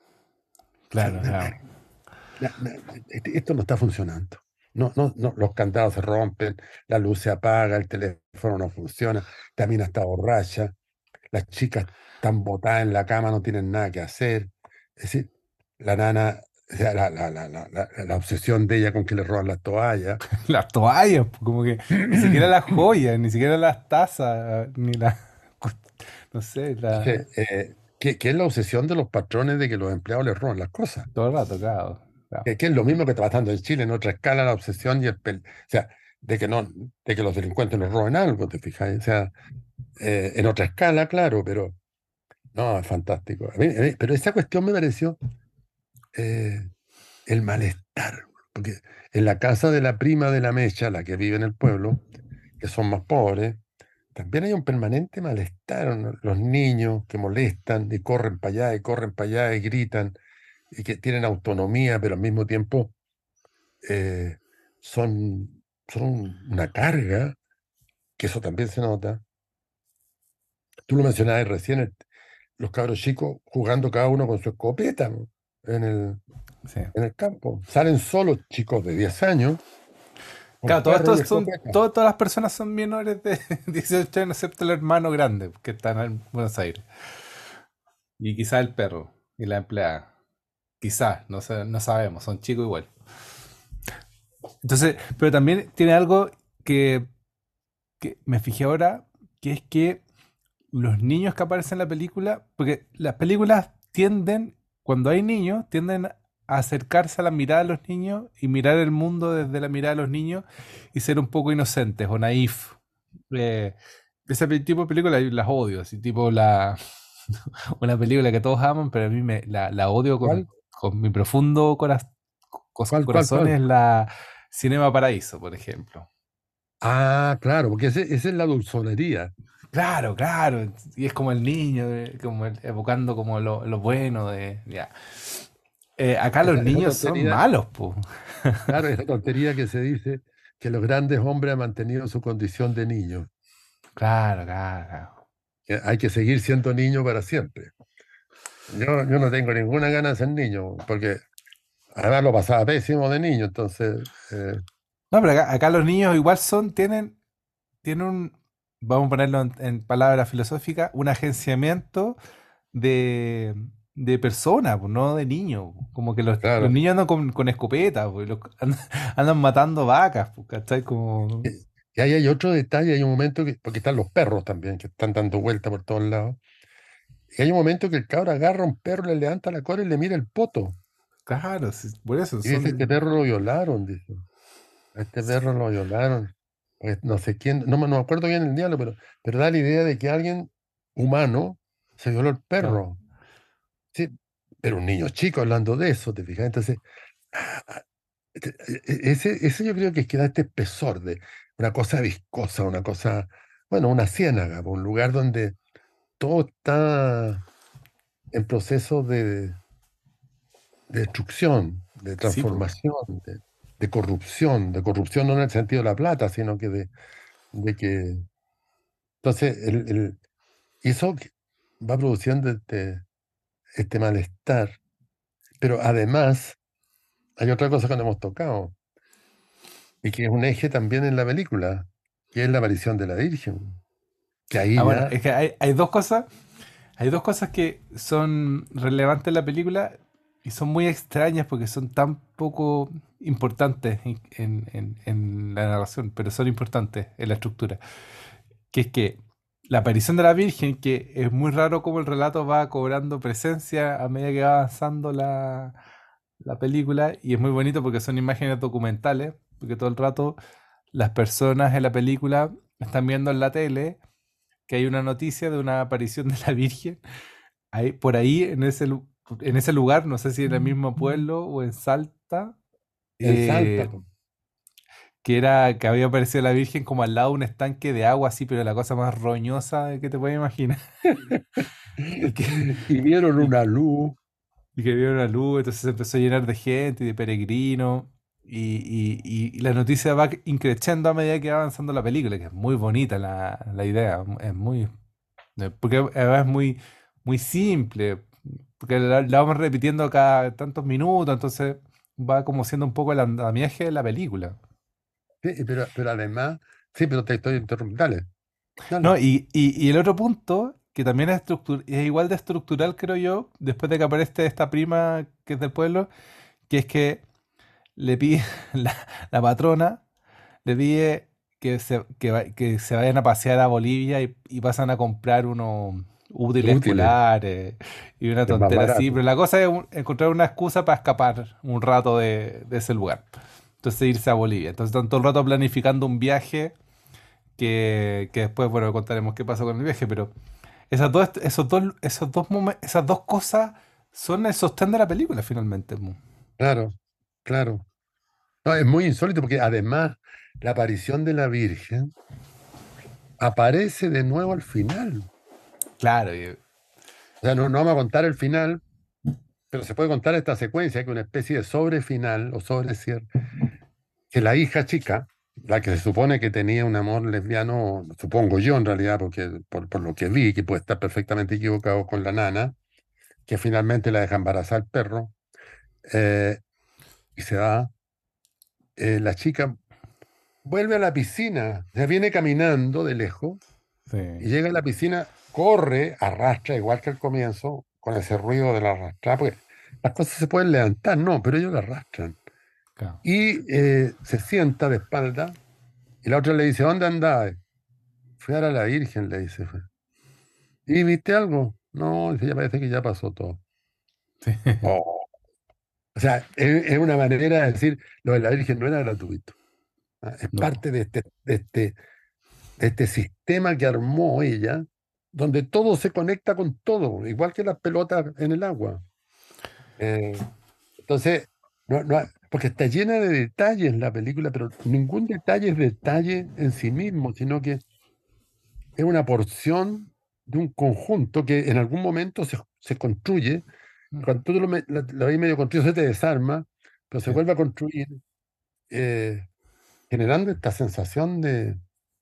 O sea, Claro, claro. na- na- este- esto no está funcionando. No, no, no, los candados se rompen, la luz se apaga, el teléfono no funciona, la mina está borracha, las chicas están botadas en la cama, no tienen nada que hacer. Es decir, la nana, o sea, la, la, la, la, la- la obsesión de ella con que le roban las toallas. Las toallas, po, como que ni siquiera las joyas, ni siquiera las tazas, ni la... No sé, la... Entonces, eh, que, que es la obsesión de los patrones de que los empleados les roban las cosas. Todo el rato, claro. Claro. Que, que es lo mismo que está pasando en Chile, en otra escala, la obsesión y el... pel- O sea, de que no, de que los delincuentes nos roben algo, ¿te fijas? O sea, eh, en otra escala, claro, pero no, es fantástico. A mí- a mí- pero esa cuestión me pareció, eh, el malestar. Porque en la casa de la prima de la Mecha, la que vive en el pueblo, que son más pobres, también hay un permanente malestar, ¿no? Los niños que molestan y corren para allá y corren para allá y gritan y que tienen autonomía, pero al mismo tiempo eh, son, son una carga, que eso también se nota. Tú lo mencionabas recién, el- los cabros chicos jugando cada uno con su escopeta, ¿no? en el, Sí. en el campo. Salen solos chicos de diez años con Claro, todos perro y estos son, escopeta. todo- todas las personas son menores de dieciocho años, excepto el hermano grande, que está en Buenos Aires. Y quizá el perro y la empleada. Quizás, no sé, no sabemos, son chicos igual. Entonces, pero también tiene algo que, que me fijé ahora, que es que los niños que aparecen en la película, porque las películas tienden, cuando hay niños, tienden a acercarse a la mirada de los niños y mirar el mundo desde la mirada de los niños y ser un poco inocentes o naif. Eh, ese pe- tipo de películas yo las odio, así tipo la una película que todos aman, pero a mí me la, la odio con, ¿Cuál? con mi profundo coraz- co- ¿Cuál, cuál, corazón, cuál? es la Cinema Paraíso, por ejemplo. Ah, claro, porque ese- esa es la dulzonería. Claro, claro. Y es como el niño, eh, como el- evocando como lo, lo bueno de. Ya. Eh, acá los Esa, esa niños son tontería, malos, pues. claro, esa tontería que se dice que los grandes hombres han mantenido su condición de niño. Claro, claro, claro. Que hay que seguir siendo niño para siempre. Yo, yo no tengo ninguna gana de ser niño, porque además lo pasaba pésimo de niño, entonces, eh, No, pero acá, acá los niños igual son, tienen, tienen un, vamos a ponerlo en, en palabras filosóficas, un agenciamiento de, de persona, pues, no de niño. Como que los, los claro. niños andan con, con escopetas, pues, los- andan, andan matando vacas, pues, ¿cachai? Como. Y y ahí hay otro detalle, hay un momento que, porque están los perros también, que están dando vuelta por todos lados, y hay un momento que el cabro agarra a un perro, le levanta la cola y le mira el poto. Claro, sí, por eso Y dice, este son. perro lo violaron, dice. A este perro lo violaron. Pues no sé quién, no, me no me acuerdo bien el diálogo, pero, pero da la idea de que alguien humano se violó el Claro. perro. Sí, pero un niño chico hablando de eso, ¿te fijas? Entonces, ah, ah, este, e- e- ese, ese yo creo que es que da este espesor de una cosa viscosa, una cosa, bueno, una ciénaga, un lugar donde todo está en proceso de, de destrucción, de Sí, pues. transformación, de, de corrupción, de corrupción no en el sentido de la plata, sino que de, de que entonces, el, el- y eso que va produciendo este, este malestar. Pero además, hay otra cosa que no hemos tocado, y que es un eje también en la película, que es la aparición de la Virgen. Que Ah, ahí bueno, ya, es que hay, hay dos cosas, hay dos cosas que son relevantes en la película y son muy extrañas porque son tan poco importantes en, en- en- en la narración, pero son importantes en la estructura. Que es que la aparición de la Virgen, que es muy raro cómo el relato va cobrando presencia a medida que va avanzando la, la película, y es muy bonito porque son imágenes documentales, porque todo el rato las personas en la película están viendo en la tele que hay una noticia de una aparición de la Virgen ahí, por ahí en ese, lu- en ese lugar, no sé si en el mismo pueblo o en Salta, en Salta, eh, po. que era que había aparecido la Virgen como al lado de un estanque de agua así, pero la cosa más roñosa que te puedes imaginar. Y que, Y vieron y, una luz. y que vieron la luz, entonces se empezó a llenar de gente y de peregrinos. Y, y- y- y la noticia va increciendo a medida que va avanzando la película, que es muy bonita la, la idea, es muy. Eh, Porque además es muy, muy simple, porque la, la vamos repitiendo cada tantos minutos, entonces va como siendo un poco el andamiaje de la película. Sí, pero, pero además, sí, pero te estoy interrumpiendo. Dale, No, dale. y, y- y el otro punto, que también es, estructur- es igual de estructural, creo yo, después de que aparece esta prima que es del pueblo, que es que le pide la, la patrona, le pide que se, que, va- que se vayan a pasear a Bolivia y, y pasan a comprar unos útiles Útiles, escolares y una es más tontera así, barato. pero la cosa es un- encontrar una excusa para escapar un rato de, de ese lugar. Entonces irse a Bolivia. Entonces están todo el rato planificando un viaje que, que después, bueno, contaremos qué pasó con el viaje, pero esas dos, esos dos, esos dos momen- esas dos cosas son el sostén de la película finalmente, mu. Claro. claro. No, es muy insólito porque además la aparición de la Virgen aparece de nuevo al final. Claro, y- O sea, no, no vamos a contar el final, pero se puede contar esta secuencia, que es una especie de sobrefinal o sobrecierre, que la hija chica, la que se supone que tenía un amor lesbiano, supongo yo en realidad, porque por, por lo que vi, que puede estar perfectamente equivocado con la nana, que finalmente la deja embarazar al perro, eh, y se va, eh, la chica vuelve a la piscina, ya viene caminando de lejos, sí, y llega a la piscina, corre, arrastra, igual que al comienzo, con ese ruido de la arrastrada, porque las cosas se pueden levantar, no, pero ellos la arrastran. claro. Y eh, se sienta de espalda, y la otra le dice, ¿dónde andás? Fui a ver a la Virgen, le dice. Fue. ¿Y viste algo? No, dice, ya parece que ya pasó todo. Sí. Oh. O sea, es, es una manera de decir, lo de la Virgen no era gratuito. ¿Ah? Es No, parte de este, de este, de este sistema que armó ella, donde todo se conecta con todo, igual que las pelotas en el agua. Eh, entonces, no, no, porque está llena de detalles la película, pero ningún detalle es detalle en sí mismo, sino que es una porción de un conjunto que en algún momento se, se construye. Cuando tú lo, me- lo, lo ves medio construido, se te desarma, pero se sí, vuelve a construir, eh, generando esta sensación de,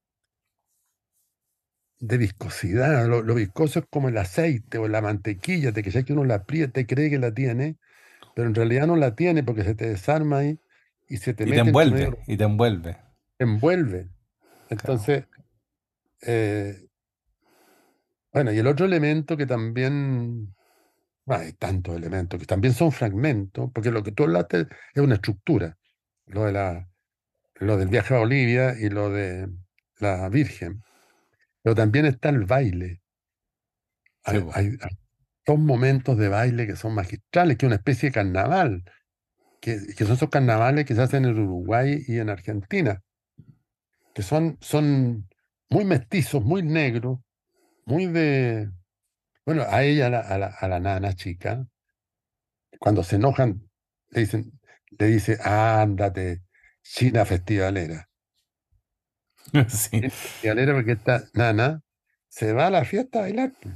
de viscosidad. Lo, lo viscoso es como el aceite o la mantequilla, de que ya que uno la aprieta y cree que la tiene, pero en realidad no la tiene porque se te desarma ahí y se te y te mete entre medio, envuelve, y te envuelve. te envuelve. Claro. Entonces, eh, bueno, y el otro elemento que también, bueno, hay tantos elementos que también son fragmentos, porque lo que tú hablaste es una estructura, lo de la, lo del viaje a Bolivia y lo de la Virgen, pero también está el baile. Sí, Hay, po. hay- hay dos momentos de baile que son magistrales, que es una especie de carnaval, que, que son esos carnavales que se hacen en Uruguay y en Argentina, que son, son muy mestizos, muy negros, muy de... Bueno, a ella, a la, a la, a la nana chica, cuando se enojan, le dicen, le dice, ándate, China festivalera. Sí, China festivalera porque esta nana se va a la fiesta a bailar, pues.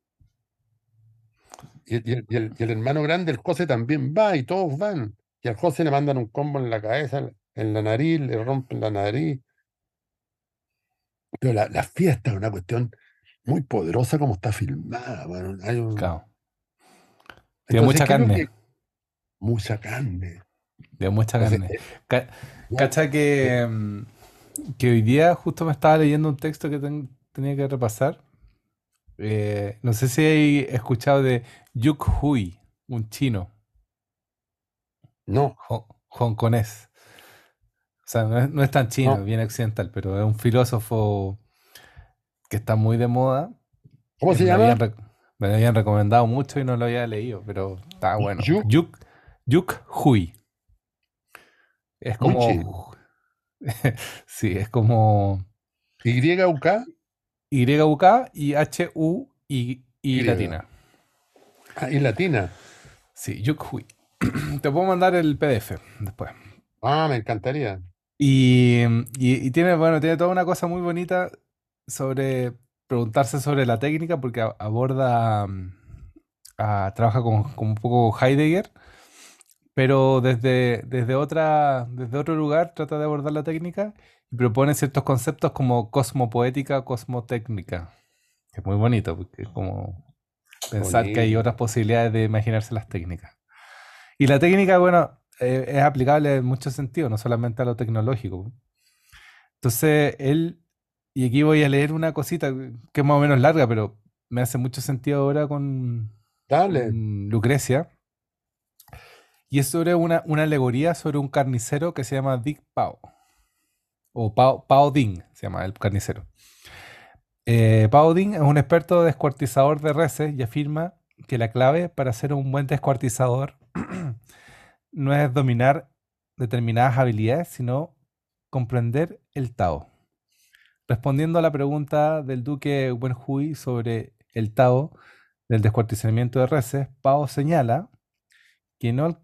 Y, y el, y el- y el hermano grande, el José, también va y todos van. Y al José le mandan un combo en la cabeza, en la nariz, le rompen la nariz. Pero la, la fiesta es una cuestión muy poderosa como está filmada. Bueno, hay un- claro. Tiene Entonces mucha creo carne, que mucha carne. tiene mucha Entonces, carne. eh, Ca- no, Cacha eh, que, mm, que hoy día justo me estaba leyendo un texto que ten- tenía que repasar. Eh, no sé si hay escuchado de Yuk Hui, un chino, no, ho- hongkonés. O sea, no es, no es tan chino, es no. bien occidental, pero es un filósofo que está muy de moda. ¿Cómo Eh, se me lo habían, llama? rec- me lo habían recomendado mucho y no lo había leído, pero está bueno. Yu, Yuk, Yuk Hui. Es muy chino. como, sí, es como Y U K, Y U K y H U y, y Y. latina. Ah, y latina. Sí, Yuk Hui. Te puedo mandar el P D F después. Ah, me encantaría. Y, y- y tiene, bueno, tiene toda una cosa muy bonita sobre preguntarse sobre la técnica, porque a- aborda, mm, a- trabaja con, con un poco Heidegger, pero desde, desde otra, desde otro lugar trata de abordar la técnica y propone ciertos conceptos como cosmopoética, cosmotécnica, que es muy bonito, porque es como pensar que hay Bonito. otras posibilidades de imaginarse las técnicas. Y la técnica, bueno, eh, es aplicable en muchos sentidos, no solamente a lo tecnológico. Entonces, él, y aquí voy a leer una cosita que es más o menos larga, pero me hace mucho sentido ahora con, Dale. con Lucrecia, y es sobre una, una alegoría sobre un carnicero que se llama Dick Pao, o Pao, Pao Ding, se llama el carnicero. Eh, Pao Ding es un experto descuartizador de reses y afirma que la clave para ser un buen descuartizador no es dominar determinadas habilidades, sino comprender el Tao. Respondiendo a la pregunta del duque Wenhui sobre el Tao del descuartizamiento de reses, Pao señala que no,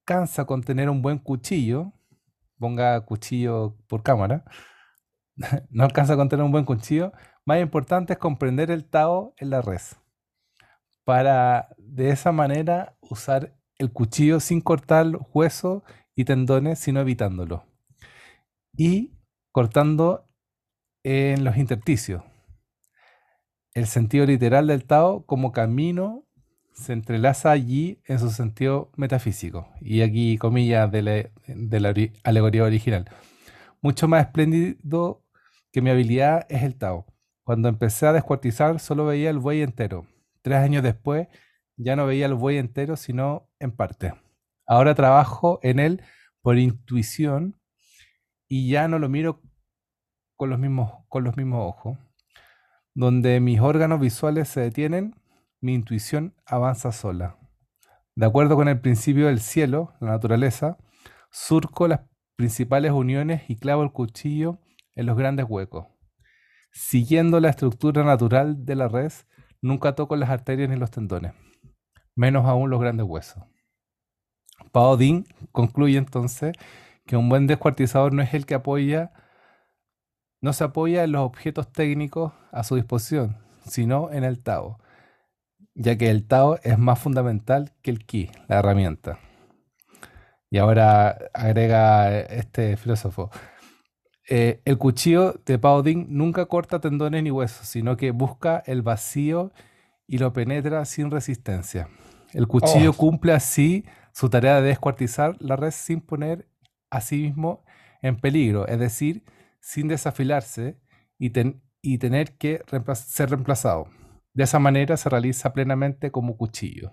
alcanza con tener un buen cuchillo, ponga cuchillo por cámara, no alcanza con tener un buen cuchillo, más importante es comprender el Tao en la res, para de esa manera usar el cuchillo sin cortar huesos y tendones, sino evitándolo. Y cortando en los intersticios. El sentido literal del Tao como camino se entrelaza allí en su sentido metafísico. Y aquí comillas de la, de la ori- alegoría original. Mucho más espléndido que mi habilidad es el Tao. Cuando empecé a descuartizar solo veía el buey entero. Tres años después ya no veía el buey entero sino en parte. Ahora trabajo en él por intuición y ya no lo miro con los mismos, con los mismos ojos. Donde mis órganos visuales se detienen, mi intuición avanza sola. De acuerdo con el principio del cielo, la naturaleza, surco las principales uniones y clavo el cuchillo en los grandes huecos. Siguiendo la estructura natural de la res, nunca toco las arterias ni los tendones, menos aún los grandes huesos. Pao Ding concluye entonces que un buen descuartizador no es el que apoya, no se apoya en los objetos técnicos a su disposición, sino en el Tao, ya que el Tao es más fundamental que el Ki, la herramienta. Y ahora agrega eh, este filósofo, eh, el cuchillo de Pao Ding nunca corta tendones ni huesos, sino que busca el vacío y lo penetra sin resistencia. El Oh, cuchillo cumple así su tarea de descuartizar la red sin poner a sí mismo en peligro, es decir, sin desafilarse y, ten- y tener que reemplaz- ser reemplazado. De esa manera se realiza plenamente como cuchillo.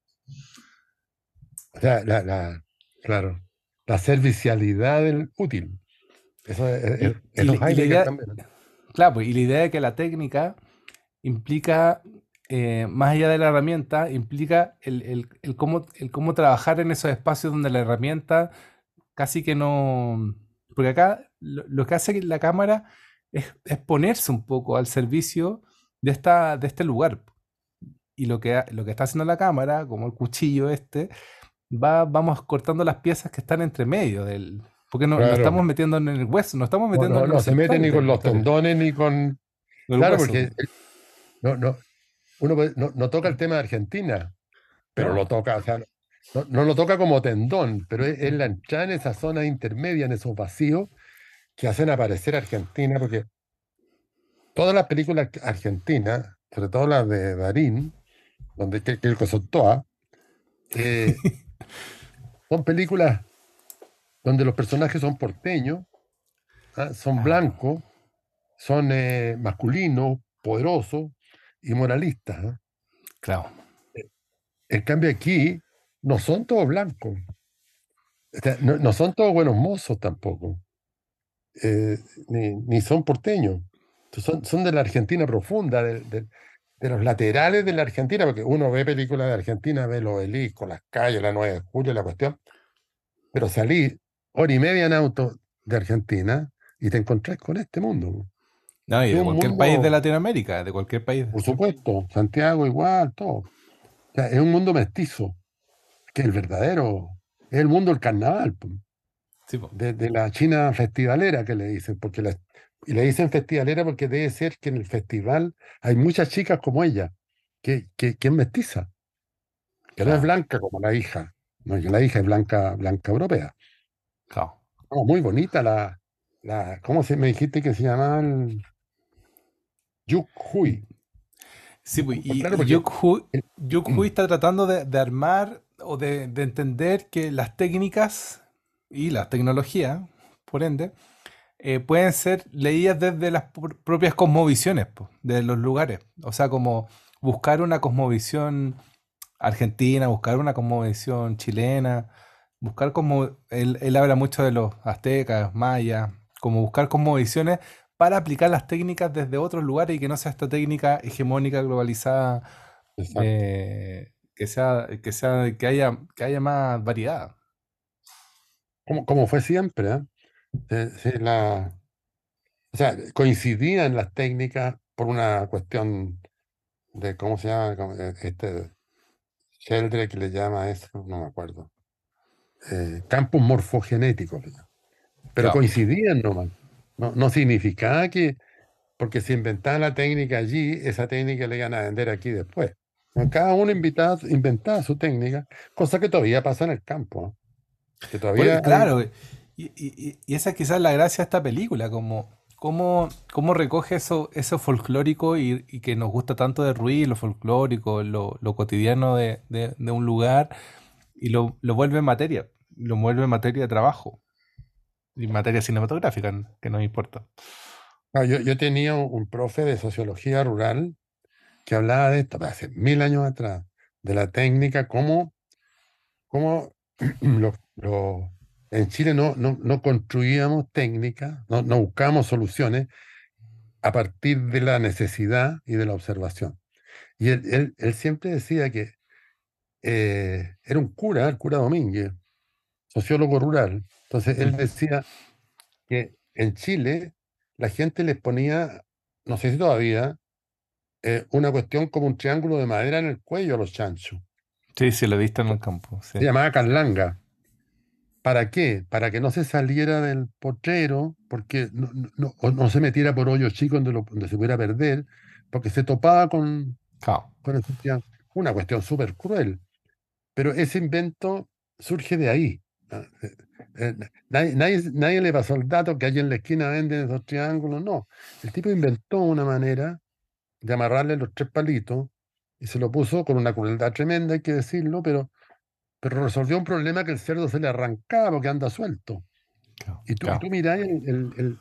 o sea, la, la- claro, la servicialidad del útil. Eso es, es- Y, y eso la es y la Heidegger idea, también, ¿no? claro, pues, y la idea de que la técnica implica, eh, más allá de la herramienta, implica el, el- el cómo, el cómo trabajar en esos espacios donde la herramienta casi que no... Porque acá lo, lo que hace la cámara es, es ponerse un poco al servicio de, esta, de este lugar. Y lo que, ha- lo que está haciendo la cámara, como el cuchillo este, va, vamos cortando las piezas que están entre medio del... Porque no, no Claro, estamos metiendo en el hueso, no estamos no, metiendo no, en lo no se mete central ni de con la los historia, tendones ni con... del Claro, hueso. porque Po. eh, no, no, uno puede- no, no toca el tema de Argentina, pero No, lo toca, o sea, no, no lo toca como tendón, pero es, es la entrada en esa zona intermedia, en esos vacíos que hacen aparecer Argentina, porque todas las películas argentinas, sobre todo las de Darín, donde que, que el Cosotoa, eh, son películas donde los personajes son porteños, ¿ah? Son claro, blancos, son eh, masculinos, poderosos y moralistas, ¿ah? claro. En cambio aquí no son todos blancos, o sea, no, no son todos buenos mozos tampoco, eh, ni, ni son porteños. Son, son de la Argentina profunda, de, de- de los laterales de la Argentina, porque uno ve películas de Argentina, ve los obeliscos, las calles, la nueve de julio, la cuestión, pero salí hora y media en auto de Argentina y te encontrás con este mundo. No, y Es de un cualquier país de mundo, Latinoamérica, de cualquier país. por Sí. supuesto, Santiago igual, todo. O sea, es un mundo mestizo, que el verdadero, es el mundo del carnaval, po, Sí, po. de, de la China festivalera que le dicen, porque la- y le dicen festivalera porque debe ser que en el festival hay muchas chicas como ella, que, que, que es mestiza, que no es Claro, blanca como la hija, no, que la hija es blanca, blanca europea. claro. No, muy bonita la, la, ¿cómo se me dijiste que se llamaba? El Yuk Hui. Sí, pues, y, Claro, y porque Yuk Hui, el- Yuk Hui está tratando de, de armar o de, de entender que las técnicas y las tecnologías, por ende, eh, pueden ser leídas desde las pr- propias cosmovisiones, po, de los lugares. O sea, como buscar una cosmovisión argentina, buscar una cosmovisión chilena, buscar como, él, él habla mucho de los aztecas, mayas, como buscar cosmovisiones para aplicar las técnicas desde otros lugares y que no sea esta técnica hegemónica, globalizada, exacto. eh, que sea, que sea, que haya, que haya más variedad. Como, como fue siempre, ¿eh? Eh, sí, la, o sea, coincidían las técnicas por una cuestión de, ¿cómo se llama? Como, eh, Este, Sheldrake le llama a eso, no me acuerdo. eh, campos morfogenéticos, le llaman. Pero Claro. coincidían nomás. No, no significaba que, porque si inventaban la técnica allí, esa técnica le iban a vender aquí después. No, cada uno invitaba- inventaba su técnica, cosa que todavía pasa en el campo, ¿no? Que todavía Pues, hay. claro, y, y- y esa es quizás la gracia de esta película, como cómo, cómo recoge eso, eso folclórico y, y que nos gusta tanto de Ruiz, lo folclórico, lo, lo cotidiano de, de- de un lugar, y lo, lo vuelve materia, lo vuelve materia de trabajo y materia cinematográfica, que no importa. Ah, yo, yo tenía un un profe de sociología rural que hablaba de esto, pero hace mil años atrás, de la técnica, cómo, cómo los, los- en Chile no, no, no construíamos técnicas, no, no buscábamos soluciones a partir de la necesidad y de la observación. Y él, él- él siempre decía que eh, era un cura, el cura Domínguez, sociólogo rural. Entonces él Ujú. decía que en Chile la gente les ponía, no sé si todavía, eh, una cuestión como un triángulo de madera en el cuello a los chanchos. Sí, sí, lo he visto en el campo, sí. Se llamaba carlanga. ¿Para qué? Para que no se saliera del potrero, porque no, no, no- o no se metiera por hoyos chicos donde, lo- donde se pudiera perder, porque se topaba con, Claro. con ese triángulo. Una cuestión súper cruel. Pero ese invento surge de ahí. ¿No? Eh, eh, nadie, nadie, nadie le pasó el dato que allí en la esquina venden esos triángulos. No. El tipo inventó una manera de amarrarle los tres palitos y se lo puso con una crueldad tremenda, hay que decirlo, pero, pero resolvió un problema que el cerdo se le arrancaba porque anda suelto. Claro, Y tú, y tú claro. mirás el, el, el-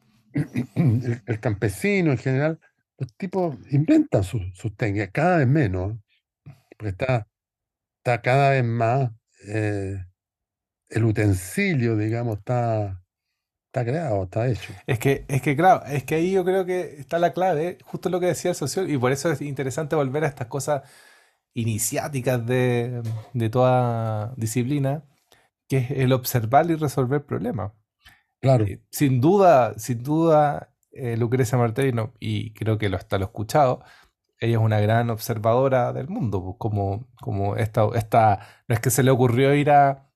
el- el campesino en general, los tipos inventan sus, sus técnicas, cada vez menos, ¿eh? Porque está, está cada vez más, eh, el utensilio, digamos, está, está creado, está hecho. Es que, es que, claro, es que ahí yo creo que está la clave, justo lo que decía el sociólogo, y por eso es interesante volver a estas cosas iniciáticas de, de toda disciplina, que es el observar y resolver problemas. Claro. Eh, sin duda, sin duda, eh, Lucrecia Martelly, y creo que lo está lo he escuchado, ella es una gran observadora del mundo, pues, como, como esta, esta, no es que se le ocurrió ir a,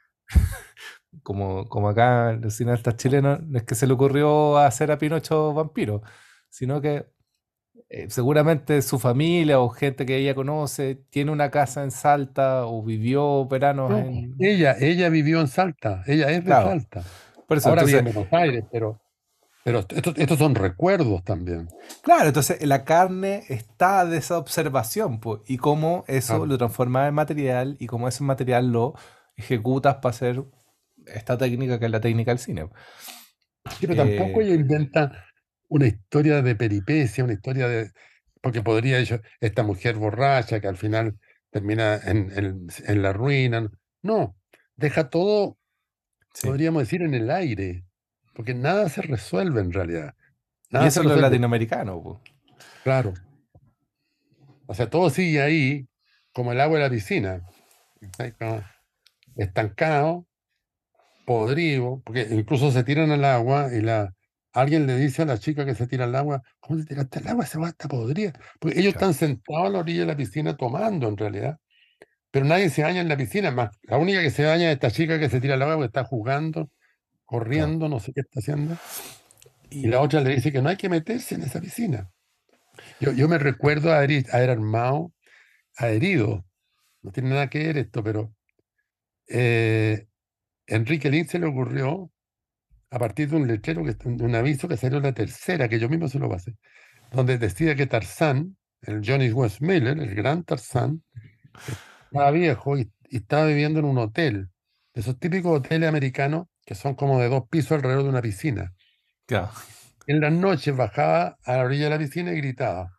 como, como acá los cineastas chilenos, no es que se le ocurrió hacer a Pinocho vampiro, sino que eh, seguramente su familia o gente que ella conoce tiene una casa en Salta o vivió veranos No, en... ella, ella vivió en Salta, ella es de Claro, Salta. por eso, Ahora vive entonces, en Buenos Aires, pero, pero estos, estos son recuerdos también. claro, entonces la carne está de esa observación, pues, y cómo eso Claro. lo transforma en material y cómo ese material lo ejecutas para hacer esta técnica que es la técnica del cine. Sí, pero tampoco Eh, ella inventa una historia de peripecia, una historia de. Porque podría ello, esta mujer borracha que al final termina en, en- en la ruina. No, deja todo, sí. podríamos decir, en el aire, porque nada se resuelve en realidad. Y Nada se eso es lo resuelve, latinoamericano, pues. claro. O sea, todo sigue ahí como el agua de la piscina, ¿sí? Como estancado, podrido, porque incluso se tiran al agua y la, alguien le dice a la chica que se tira al agua, ¿cómo te tiraste al agua? Esa agua está podrida. Porque ellos Claro, están sentados a la orilla de la piscina tomando en realidad, pero nadie se baña en la piscina, más la única que se baña es esta chica que se tira al agua porque está jugando, claro. corriendo, no sé qué está haciendo, y Y, la otra le dice que no hay que meterse en esa piscina. Yo, yo me recuerdo haber, haber armado, herido, no tiene nada que ver esto, pero eh, Enrique Lin se le ocurrió a partir de un letrero, que, de un aviso que salió en la tercera, que yo mismo se lo pasé, donde decía que Tarzán, el Johnny West Miller, el gran Tarzán, estaba viejo y, y estaba viviendo en un hotel, de esos típicos hoteles americanos que son como de dos pisos alrededor de una piscina. claro. En las noches bajaba a la orilla de la piscina y gritaba.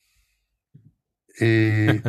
Eh,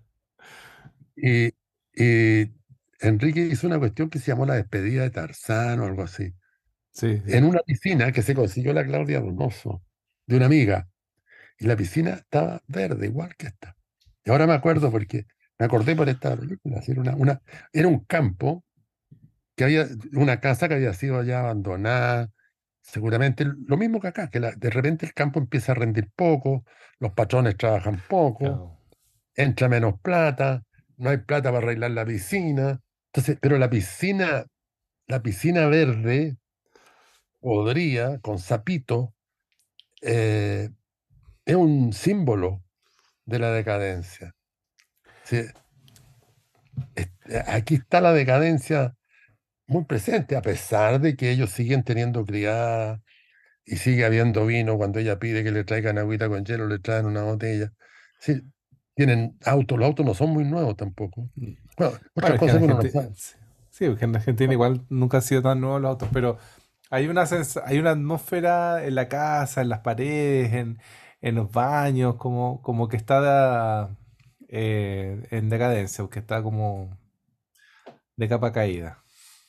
y, y Enrique hizo una cuestión que se llamó la despedida de Tarzán o algo así, Sí, sí. en una piscina que se consiguió la Claudia Donoso, de una amiga. Y la piscina estaba verde, igual que esta. Y ahora me acuerdo porque me acordé por esta película. Así, Era, una, una- era un campo que había, una casa que había sido ya abandonada. Seguramente lo mismo que acá, que la- de repente el campo empieza a rendir poco, los patrones trabajan poco, Claro. entra menos plata, no hay plata para arreglar la piscina. Entonces, pero la piscina, la piscina verde podría, con sapito, eh, es un símbolo de la decadencia. Sí, es- aquí está la decadencia muy presente, a pesar de que ellos siguen teniendo criadas y sigue habiendo vino cuando ella pide que le traigan agüita con hielo, le traen una botella. Sí, tienen autos, los autos no son muy nuevos tampoco. Bueno, Bueno, otras es que en cosas que uno no Argentina, sabe. sí, sí, porque en Argentina igual nunca han sido tan nuevos los autos, pero hay una sens- hay una atmósfera en la casa, en las paredes, en, en los baños, como, como que está eh, en decadencia, o que está como de capa caída.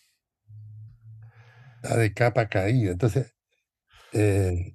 Está de capa caída. Entonces, eh,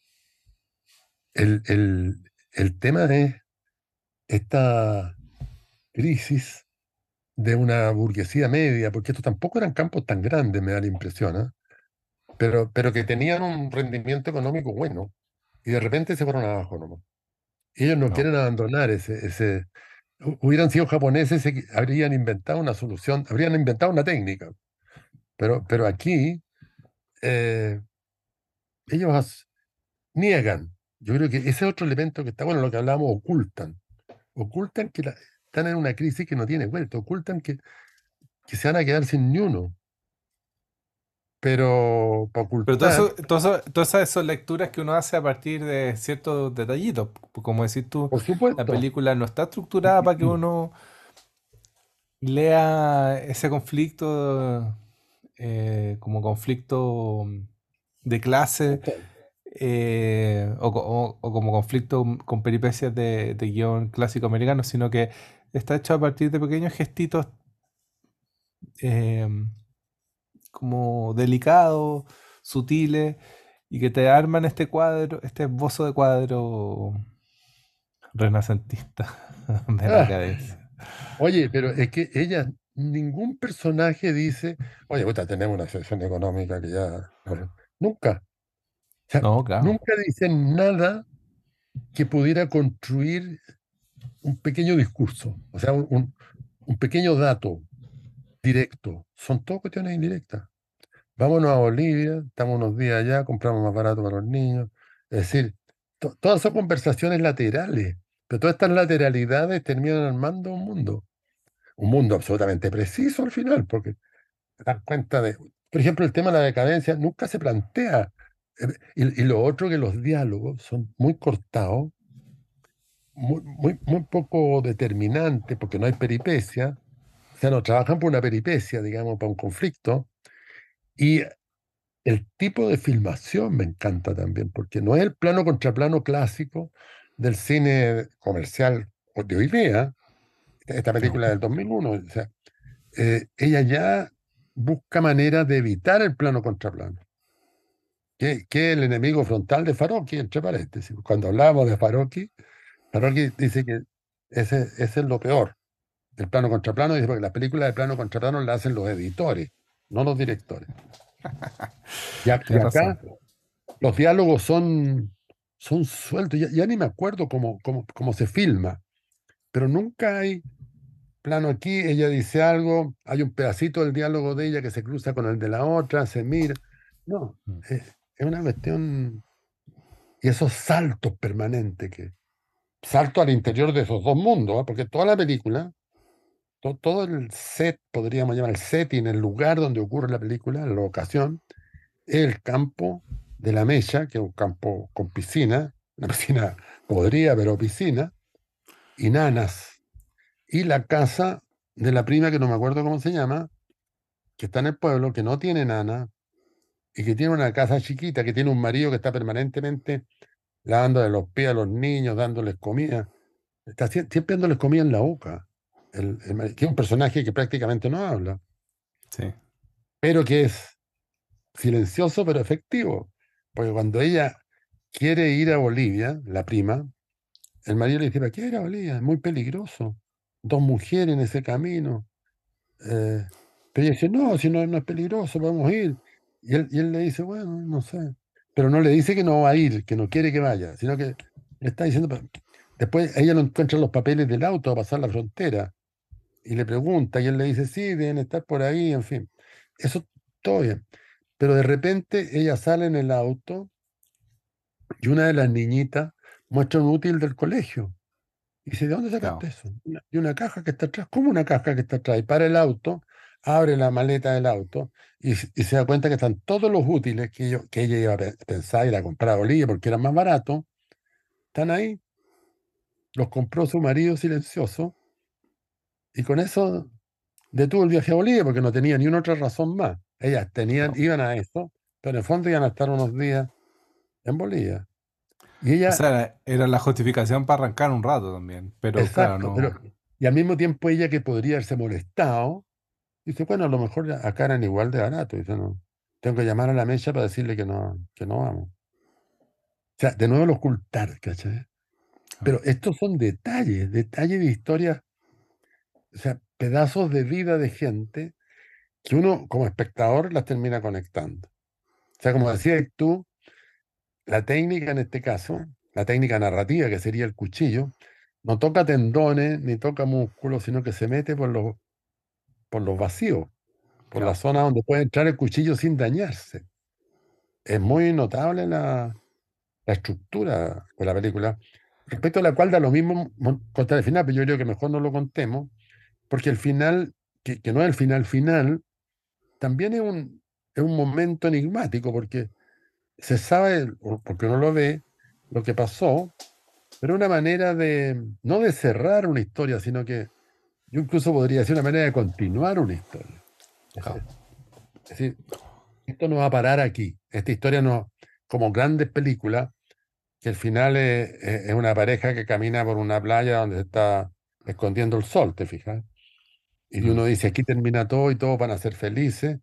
el, el, el tema es esta crisis de una burguesía media, porque estos tampoco eran campos tan grandes, me da la impresión, ¿ah? Pero, pero que tenían un rendimiento económico bueno, y de repente se fueron abajo nomás. Y ellos no No. quieren abandonar ese, ese, hu- hubieran sido japoneses, se- habrían inventado una solución, habrían inventado una técnica, pero, pero aquí eh, ellos as- niegan. Yo creo que ese es otro elemento que está bueno, lo que hablábamos, ocultan. Ocultan que la- están en una crisis que no tiene vuelta, ocultan que, que se van a quedar sin ni uno, pero para Pero todo ocultar, eso, todo eso- todas esas son lecturas que uno hace a partir de ciertos detallitos. P- Como decís tú, por la supuesto. película no está estructurada para que uno lea ese conflicto eh, como conflicto de clase eh, o, co- o- o como conflicto con peripecias de, de guión clásico americano, sino que está hecho a partir de pequeños gestitos eh, como delicados, sutiles, y que te arman este cuadro, este esbozo de cuadro renacentista de la Ah, decadencia. oye, pero es que ella, ningún personaje dice, oye, puta, tenemos una situación económica que ya... no". Nunca. O sea, No, claro. nunca dicen nada que pudiera construir un pequeño discurso, o sea, un, un- un pequeño dato directo. Son todas cuestiones indirectas. Vámonos a Bolivia, estamos unos días allá, compramos más barato para los niños. Es decir, to- todas son conversaciones laterales, pero todas estas lateralidades terminan armando un mundo. Un mundo absolutamente preciso al final, porque te das cuenta de, por ejemplo, el tema de la decadencia nunca se plantea. Eh, Y, y lo otro que los diálogos son muy cortados, muy, muy, muy poco determinantes, porque no hay peripecia. O sea, no trabajan por una peripecia, digamos, para un conflicto. Y el tipo de filmación me encanta también, porque no es el plano contra plano clásico del cine comercial de hoy día, esta No. película del dos mil uno. O sea, eh, ella ya busca maneras de evitar el plano contra plano, que, que es el enemigo frontal de Farocki, entre paréntesis. Cuando hablábamos de Farocki, Farocki dice que ese, ese es lo peor. El plano contra plano, dice, porque las películas de plano contra plano las hacen los editores, no los directores. Y, a- y Tienes razón. acá los diálogos son, son sueltos, ya, ya ni me acuerdo cómo, cómo, cómo se filma, pero nunca hay plano aquí, ella dice algo, hay un pedacito del diálogo de ella que se cruza con el de la otra, se mira. No, Mm. eh, es una cuestión, y esos saltos permanentes, que salto al interior de esos dos mundos, ¿ah? Porque toda la película, to- todo el set, podríamos llamar el setting, el lugar donde ocurre la película, la locación, es el campo de la Mella, que es un campo con piscina, una piscina podrida, pero piscina, y nanas, y la casa de la prima, que no me acuerdo cómo se llama, que está en el pueblo, que no tiene nana, y que tiene una casa chiquita, que tiene un marido que está permanentemente lavándole los pies a los niños, dándoles comida, está sie- siempre dándoles comida en la boca, el, el mari- que es un personaje que prácticamente no habla, Sí. pero que es silencioso pero efectivo, porque cuando ella quiere ir a Bolivia, la prima, el marido le dice, ¿para qué ir a Bolivia? Es muy peligroso, dos mujeres en ese camino. Eh, pero ella dice, no, si no, no es peligroso, podemos ir. Y él, y él le dice, bueno, no sé. Pero no le dice que no va a ir, que no quiere que vaya, sino que le está diciendo, "Pa- después ella no encuentra los papeles del auto a pasar la frontera. y le pregunta, y él le dice, sí, deben estar por ahí, en fin. Eso todo bien. Pero de repente ella sale en el auto y una de las niñitas muestra un útil del colegio. Y dice, ¿de dónde Claro. sacaste eso? "Una- De una caja que está atrás. ¿Cómo una caja que está atrás? Y para el auto, abre la maleta del auto y, s- y se da cuenta que están todos los útiles que, yo, que ella iba a pe- pensar ir a comprar a Bolivia porque eran más baratos. Están ahí, los compró su marido silencioso y con eso detuvo el viaje a Bolivia porque no tenía ni una otra razón más. Ellas tenían, Claro. iban a eso, pero en el fondo iban a estar unos días en Bolivia. Y O ella, sea, era la justificación para arrancar un rato también. Pero claro, exacto, pero no. y al mismo tiempo ella que podría haberse molestado, dice, bueno, a lo mejor acá eran igual de barato. Dice, no, tengo que llamar a la mecha para decirle que no, que no vamos. O sea, de nuevo lo ocultar, ¿cachai? Pero estos son detalles, detalles de historias, o sea, pedazos de vida de gente que uno como espectador las termina conectando. O sea, como decías tú, la técnica en este caso, la técnica narrativa que sería el cuchillo, no toca tendones ni toca músculos, sino que se mete por los, por los vacíos, por la Claro. zona donde puede entrar el cuchillo sin dañarse. Es muy notable la, la estructura de la película, respecto a la cual da lo mismo mon- contar el final, pero yo creo que mejor no lo contemos, porque el final, que, que no es el final final, también es un, es un momento enigmático, porque se sabe, o porque uno lo ve, lo que pasó, pero una manera de, no de cerrar una historia, sino que yo incluso podría decir una manera de continuar una historia. Es, Claro. es decir, esto no va a parar aquí. Esta historia no, como grandes películas, que el final es, es- es una pareja que camina por una playa donde se está escondiendo el sol, ¿te fijas? Y Mm. uno dice, aquí termina todo y todos van a ser felices,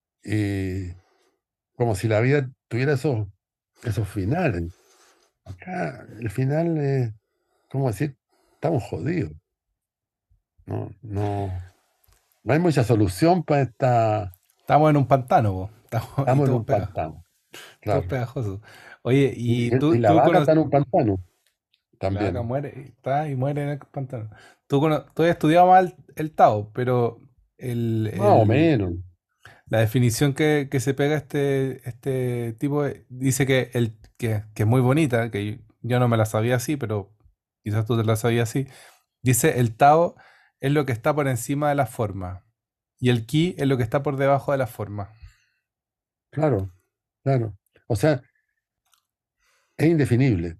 y como si la vida tuviera esos, esos finales. Acá el final es, ¿cómo decir? Estamos jodidos. No, no, no hay mucha solución para esta. Estamos en un pantano, po. Estamos, y Estamos en todos un pegados. pantano, Todos claro. pegajosos. Oye, y Y, y tú, la tú vaca cono- está en un pantano la vaca también. muere, y está y muere en el pantano. Tú, cono- tú has estudiado mal el Tao, pero el, Más o el- menos. la definición que, que se pega este, este tipo eh, dice que, el, que, que es muy bonita, que yo no me la sabía así, pero quizás tú te la sabías así. Dice el Tao es lo que está por encima de la forma y el Ki es lo que está por debajo de la forma. Claro, claro. O sea, es indefinible.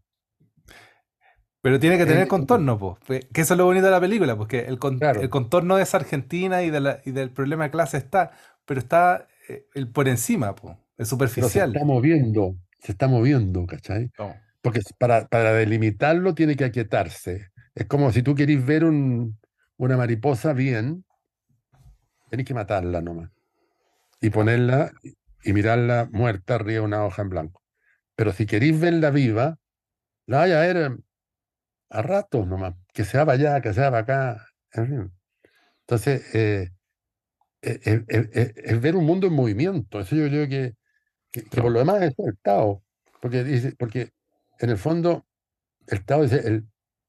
Pero tiene que Es tener indefinible. contorno, pues. Que eso es lo bonito de la película, porque el, con- el Claro. contorno de esa Argentina y, de la- y del problema de clase está, pero está eh, el por encima, pues. Es Pero se superficial. está moviendo, se está moviendo, ¿cachai? No, Porque s- para, para delimitarlo tiene que aquietarse. Es como si tú querís ver un, una mariposa bien, tenés que matarla nomás y claro. ponerla y y mirarla muerta arriba de una hoja en blanco. Pero si queréis verla viva, la vaya a ver a ratos nomás, que sea para allá, que sea para acá, en fin. Entonces, eh, eh, eh, eh, eh, es ver un mundo en movimiento. Eso yo creo que, que, que por Claro. lo demás es el Tao, porque, dice, porque en el fondo el Tao dice, el,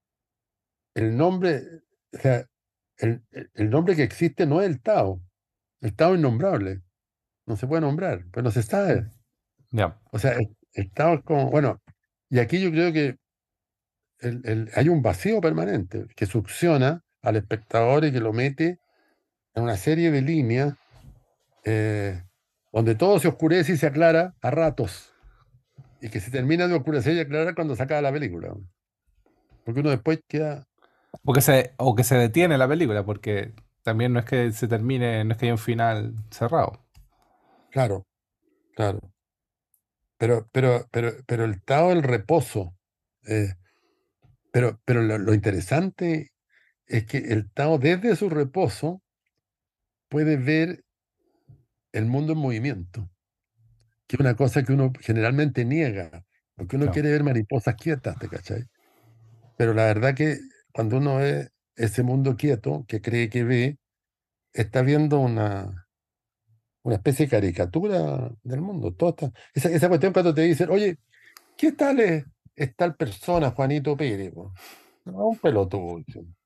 el nombre, o sea, el, el- el nombre que existe no es el Tao, el Tao es innombrable, no se puede nombrar, pero no se sabe. Ya. O sea, el, el Tao es como, bueno, y aquí yo creo que el- el- hay un vacío permanente que succiona al espectador y que lo mete en una serie de líneas eh, donde todo se oscurece y se aclara a ratos, y que se termina de oscurecer y aclarar cuando se acaba la película, porque uno después queda, O que se, o que se detiene la película, porque también no es que se termine, no es que haya un final cerrado. claro, claro, pero, pero, pero, pero el estado del reposo, eh, pero, pero lo, lo interesante es que el Tao desde su reposo puede ver el mundo en movimiento, que es una cosa que uno generalmente niega, porque uno Claro. quiere ver mariposas quietas, ¿te cachai? Pero la verdad que cuando uno ve ese mundo quieto, que cree que ve, está viendo una, una especie de caricatura del mundo. Todo está, esa, esa cuestión cuando te dicen, oye, ¿qué tal es, es tal persona, Juanito Pérez? Po?". No, un pelotudo. Dicen.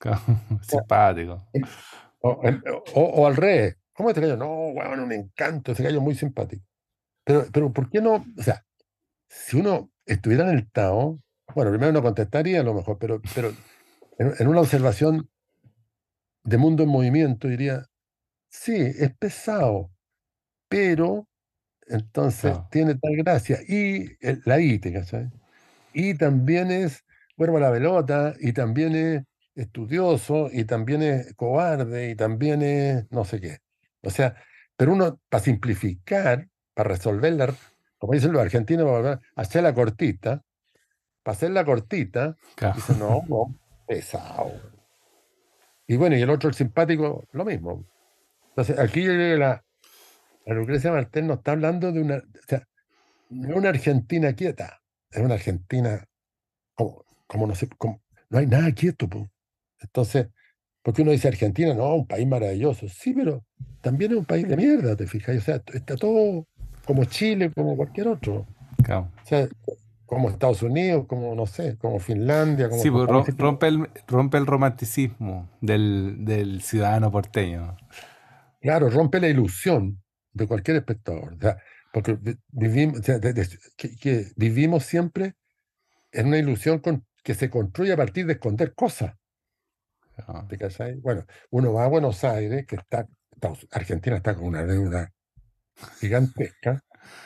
Simpático. O, el- o- o al revés. ¿Cómo este gallo? No, bueno, un encanto, ese gallo es muy simpático. Pero, pero ¿por qué no? O sea, si uno estuviera en el Tao, bueno, primero no contestaría a lo mejor, pero, pero en, en una observación de mundo en movimiento diría, sí, es pesado, pero entonces Claro, tiene tal gracia. Y el- la I, ¿te cachai? Y también es cuervo a la pelota, y también es estudioso, y también es cobarde, y también es no sé qué. O sea, pero uno, para simplificar, para resolverla, como dicen los argentinos, para volver- hacer la cortita, para hacer la cortita, claro. dice, no, no, pesado. Y bueno, y el otro, el simpático, lo mismo. Entonces, aquí yo creo que la, la Lucrecia Martel nos está hablando de una, o sea, no es una Argentina quieta, es una Argentina como, como no sé, como, no hay nada quieto, po. Entonces, porque uno dice Argentina, no, un país maravilloso. Sí, pero también es un país de mierda, ¿te fijas? O sea, t- está todo como Chile, como cualquier otro. O Claro. sea, como Estados Unidos, como, no sé, como Finlandia, como Sí, esos pues ro- países que... rompe el, rompe el romanticismo del, del ciudadano porteño. Claro, rompe la ilusión de cualquier espectador. O sea, porque vi- vivimos, o sea, de- de- que, que vivimos siempre en una ilusión con, que se construye a partir de esconder cosas. Claro. ¿Te cachai? Bueno, uno va a Buenos Aires, que está, Estados- Argentina está con una deuda gigantesca,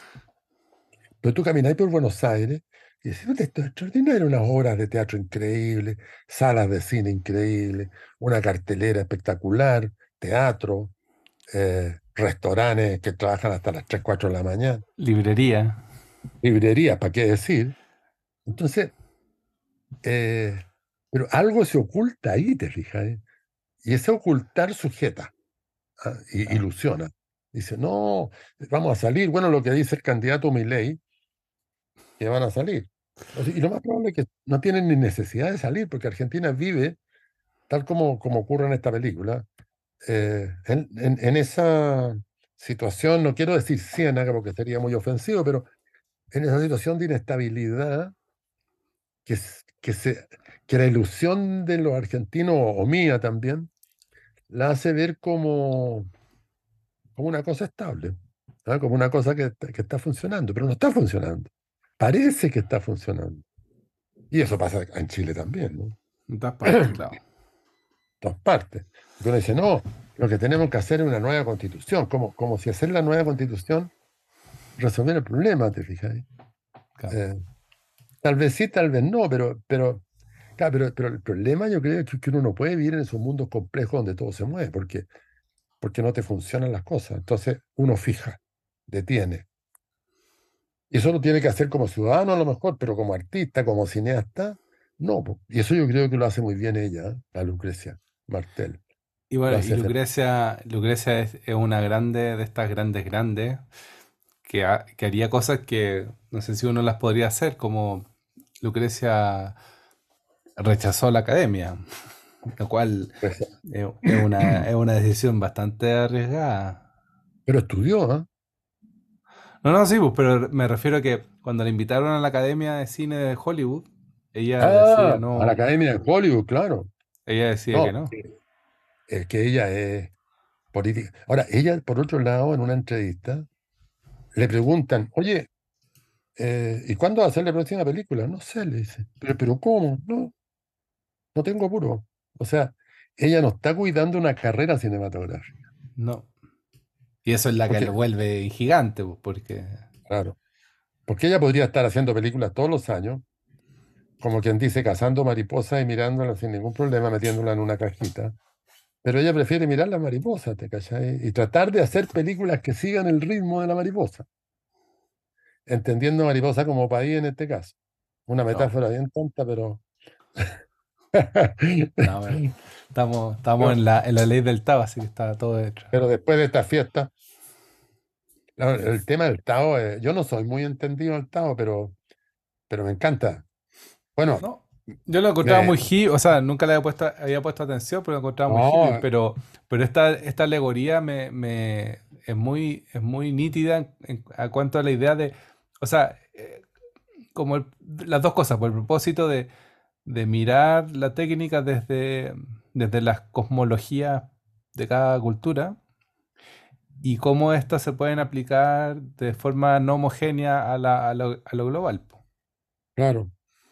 pero tú camináis por Buenos Aires y decís, "Puta, esto es extraordinario, unas obras de teatro increíbles, salas de cine increíbles, una cartelera espectacular, teatro, eh, restaurantes que trabajan hasta las tres cuatro de la mañana, Librería. librerías, ¿para qué decir? Entonces, eh, pero algo se oculta ahí, te fijas, ¿eh? Y ese ocultar sujeta. Ah, i- Claro. ilusiona. Dice, no, vamos a salir. Bueno, lo que dice el candidato Milei, que van a salir. O sea, y lo más probable es que no tienen ni necesidad de salir, porque Argentina vive, tal como, como ocurre en esta película, eh, en, en- en esa situación, no quiero decir ciénaga porque sería muy ofensivo, pero en esa situación de inestabilidad que, s- que, se, que la ilusión de los argentinos, o mía también, la hace ver como como una cosa estable, ¿ah? Como una cosa que, está- que está funcionando, pero no está funcionando. Parece que está funcionando. Y eso pasa en Chile también, ¿no? En todas partes, En claro. todas partes. Porque uno dice, no, lo que tenemos que hacer es una nueva constitución, como, como si hacer la nueva constitución resolviera el problema, ¿te fijas? Claro. Eh, tal vez sí, tal vez no, pero, pero, claro, pero, pero el problema yo creo que, que uno no puede vivir en esos mundos complejos donde todo se mueve, porque, porque no te funcionan las cosas. Entonces uno fija, detiene. Y eso lo tiene que hacer como ciudadano a lo mejor, pero como artista, como cineasta, no, po. Y eso yo creo que lo hace muy bien ella, ¿eh? La Lucrecia Martel. Y Lo bueno, y hace hacer. Lucrecia, Lucrecia es, es una grande de estas grandes, grandes, que, ha- que haría cosas que no sé si uno las podría hacer, como Lucrecia rechazó la academia, lo cual es, es una, es una decisión bastante arriesgada. Pero estudió, ¿ah? No, no, sí, pues, pero me refiero a que cuando la invitaron a la Academia de Cine de Hollywood, ella decía Ah, a la no, Academia de Hollywood, claro. ella decía No, que no. eh, es que ella es política. Ahora, ella, por otro lado, en una entrevista, le preguntan, oye, eh, ¿y cuándo va a ser la próxima película? No sé, le dice. Pero, pero ¿cómo? No, no tengo apuro. O sea, ella no está cuidando una carrera cinematográfica. No. Y eso es la que Porque, lo vuelve gigante, pues, porque claro, porque ella podría estar haciendo películas todos los años, como quien dice, cazando mariposas y mirándolas sin ningún problema, metiéndolas en una cajita. Pero ella prefiere mirar las mariposas, ¿te cachai? Y tratar de hacer películas que sigan el ritmo de la mariposa, entendiendo mariposa como país en este caso. Una no, metáfora bien tonta, pero... no, bueno, estamos, estamos pero, en la, en la ley del Tao, así que está todo hecho. pero después de esta fiesta, la- el tema del Tao, eh, yo no soy muy entendido del Tao, pero, pero me encanta. Bueno, No, yo lo encontraba me, muy hippie, o sea, nunca le había puesto, había puesto atención, pero lo encontraba muy hippie, no, pero, pero esta, esta alegoría me, me- es muy, es muy nítida en, en- a cuanto a la idea de, o sea, eh, como el- las dos cosas, por el propósito de, de mirar la técnica desde, desde las cosmologías de cada cultura y cómo estas se pueden aplicar de forma no homogénea a, la- a lo, a lo global, po. Claro,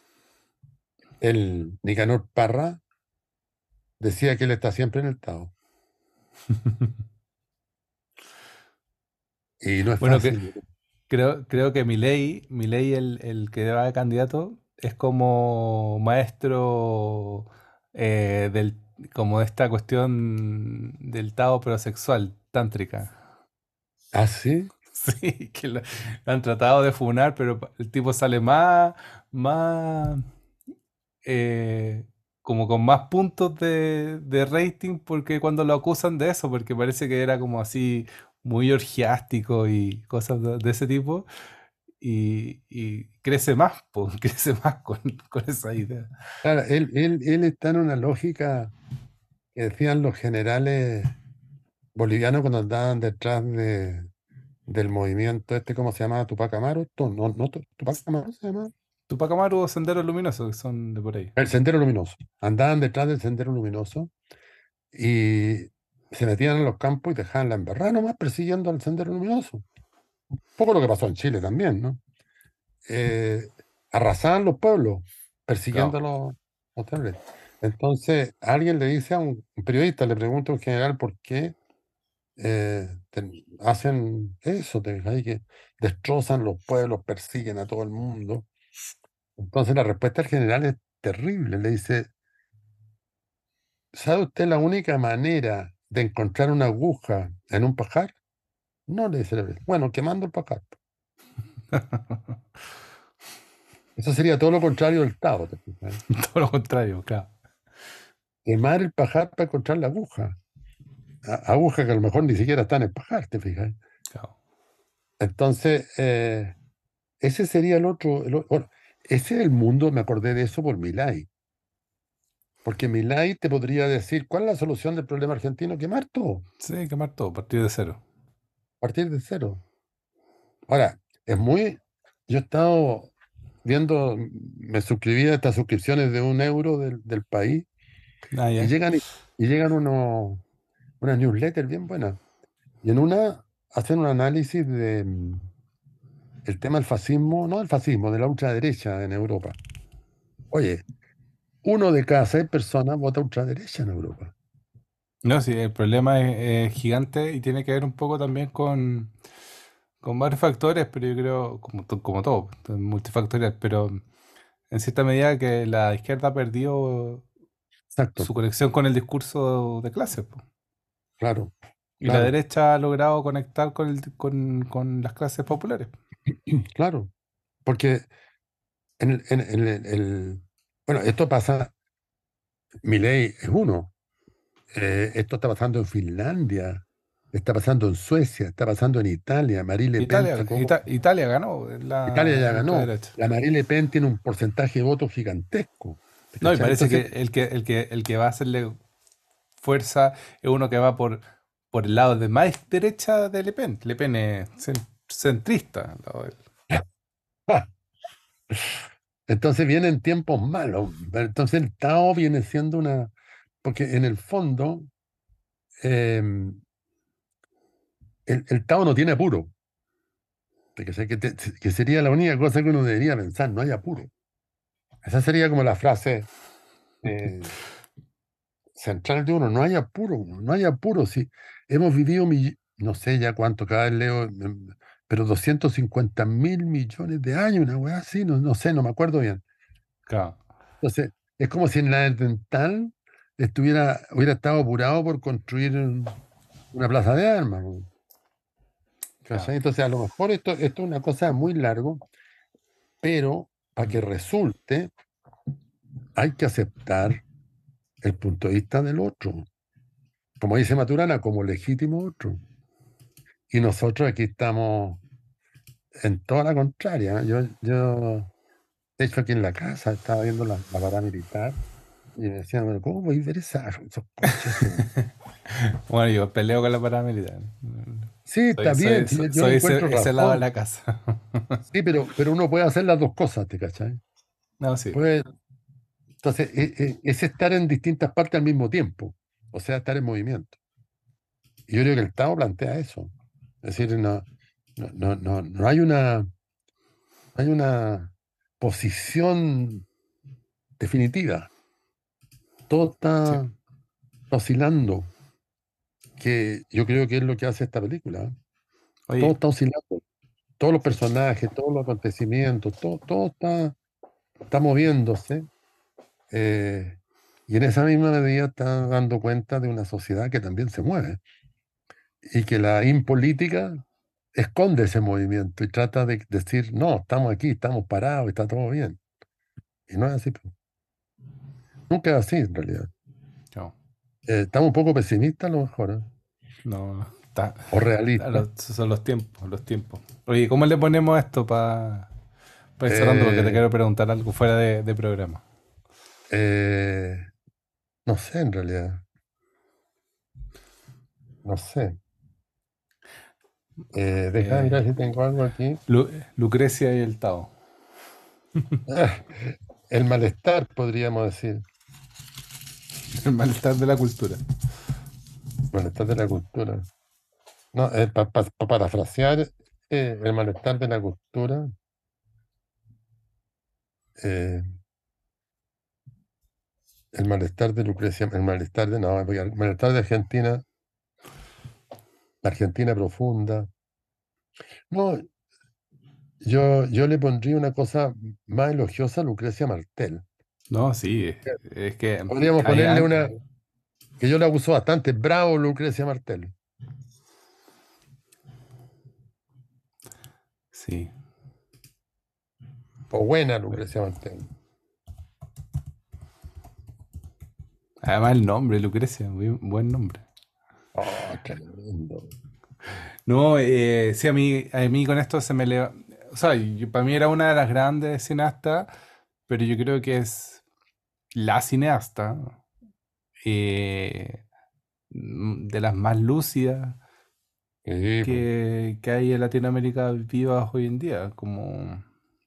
el Nicanor Parra decía que él está siempre en el Tao. Y no es Bueno, que, fácil. creo, creo que Milei, Milei el, el que va de candidato, es como maestro eh, del, como de esta cuestión del Tao pero sexual, tántrica. ¿Ah, sí? Sí, que lo, lo han tratado de funar, pero pa- el tipo sale más, más, eh, como con más puntos de, de rating porque cuando lo acusan de eso, porque parece que era como así muy orgiástico y cosas de, de ese tipo, y, y crece más, po, crece más con, con esa idea. Claro, él, él, él está en una lógica que decían los generales bolivianos cuando andaban detrás de, del movimiento este, ¿cómo se llamaba? Tupac Amaru. Tu- No, no, Tu- Tupac Amaru se llama. Tupac Amaru o Senderos Luminosos, que son de por ahí. El Sendero Luminoso. Andaban detrás del Sendero Luminoso y se metían en los campos y dejaban la embarrada nomás persiguiendo al Sendero Luminoso. Un poco lo que pasó en Chile también, ¿no? Eh, Arrasaban los pueblos persiguiendo a Claro. los, los terroristas. Entonces, alguien le dice a un, un periodista, le pregunta a un general por qué eh, te- hacen eso, te fijas, y que destrozan los pueblos, persiguen a todo el mundo. Entonces, la respuesta del general es terrible. Le dice, ¿sabe usted la única manera de encontrar una aguja en un pajar? No, le dice el periodista. Bueno, quemando el pajar. Eso sería todo lo contrario del Tao, ¿te fijas? Todo lo contrario, claro. Quemar el pajar para encontrar la aguja. A- aguja que a lo mejor ni siquiera está en el pajar, ¿te fijas? Claro. Entonces, eh, ese sería el otro, el o- bueno, ese es el mundo, me acordé de eso por Milei, porque Milei te podría decir, ¿cuál es la solución del problema argentino? Quemar todo, Sí, quemar todo, partir de cero. partir de cero. Ahora, es muy, yo he estado viendo, me suscribí a estas suscripciones de un euro del, del país Ah, y ya. llegan, y y llegan unos, unas newsletters bien buenas. Y en una hacen un análisis de mm, el tema del fascismo, no del fascismo, de la ultraderecha en Europa. Oye, uno de cada seis personas vota ultraderecha en Europa. No, sí, el problema es, es gigante y tiene que ver un poco también con, con varios factores, pero yo creo, como, to- como todo, es multifactorial, pero en cierta medida que la izquierda ha perdido Exacto, su conexión con el discurso de clases, po. claro, Y la claro, derecha ha logrado conectar con, el- con, con las clases populares. claro. Porque en el, en- en el- el- bueno, esto pasa, Milei es uno. Eh, esto está pasando en Finlandia, está pasando en Suecia, está pasando en Italia. Marie Le Pen Italia, sacó, Ita- Italia ganó Italia la ya ganó. ultraderecha. La Marie Le Pen tiene un porcentaje de votos gigantesco. ¿Te No, y cachai? parece que Entonces, el que, el que, el que va a hacerle fuerza es uno que va por, por el lado de más derecha de Le Pen. Le Pen es cen- centrista. al lado de él. entonces vienen tiempos malos. Entonces el Tao viene siendo una, porque en el fondo em, el, el Tao no tiene apuro. ¿Te cachai? Que, te- que sería la única cosa que uno debería pensar, no hay apuro. Esa sería como la frase eh, central de uno, no hay apuro, no hay apuro. Si hemos vivido, mill- no sé ya cuánto, cada vez leo, em, pero doscientos cincuenta mil millones de años, una weá así, no, no sé, no me acuerdo bien. Claro, Entonces, es como si en la dental estuviera, hubiera estado apurado por construir un- una plaza de armas, po, claro. ¿cachai? Entonces, a lo mejor esto, esto es una cosa muy largo, pero para que resulte, hay que aceptar el punto de vista del otro, como dice Maturana, como legítimo otro. Y nosotros aquí estamos en toda la contraria, ¿eh? Yo, yo, de hecho, aquí en la casa estaba viendo la, la parada militar y me decían, bueno, ¿cómo voy a ver esa, esos conches? Bueno, yo peleo con la paramilitar. Sí, Soy, está bien, soy, sí, soy, yo, yo le soy encuentro ese, ese lado de razón. la casa. Sí, pero, pero uno puede hacer las dos cosas, ¿te cachai? No, sí. Puede, Entonces, e- e- es estar en distintas partes al mismo tiempo, o sea, estar en movimiento. Y yo creo que el Tao plantea eso. Es decir, no, no, no, no, no hay una, no hay una posición definitiva. Todo Sí. está oscilando, que yo creo que es lo que hace esta película. ¿Eh? Todo Oye, está oscilando. Todos los personajes, todos los acontecimientos, todo, todo está, está moviéndose. eh, y en esa misma medida está dando cuenta de una sociedad que también se mueve. Y que la impolítica esconde ese movimiento y trata de decir, no, estamos aquí, estamos parados, está todo bien. Y no es así, pues. Nunca es así en realidad. no, Eh, estamos un poco pesimistas a lo mejor, ¿eh? no, está, O está- realistas. los- son los tiempos, los tiempos. Oye, ¿cómo le ponemos esto para ir cerrando? Porque te Eh, quiero preguntar algo fuera de, de programa. eh, no sé en realidad, no sé. Eh, déjame Eh, mirar si tengo algo aquí. Lu- Lucrecia y el Tao. Ah, el malestar, podríamos decir. El malestar de la cultura. Malestar de la cultura. No, eh, pa- pa- pa- parafrasear eh, el malestar de la cultura. eh, El malestar de Lucrecia, el malestar de, no, voy al- malestar de Argentina, la Argentina profunda. No, yo, yo le pondría una cosa más elogiosa a Lucrecia Martel. No, sí, es, es que Podríamos hay ponerle an- una que yo la uso bastante. Bravo, Lucrecia Martel. sí. O buena, Lucrecia Martel. Además el nombre, Lucrecia, muy buen nombre. Oh, tremendo. No, eh, sí, a mí, a mí con esto se me le... O sea, yo- para mí era una de las grandes cineastas, pero yo creo que es la cineasta eh, mm, de las más lúcidas Sí, po. que, que hay en Latinoamérica vivas hoy en día, como,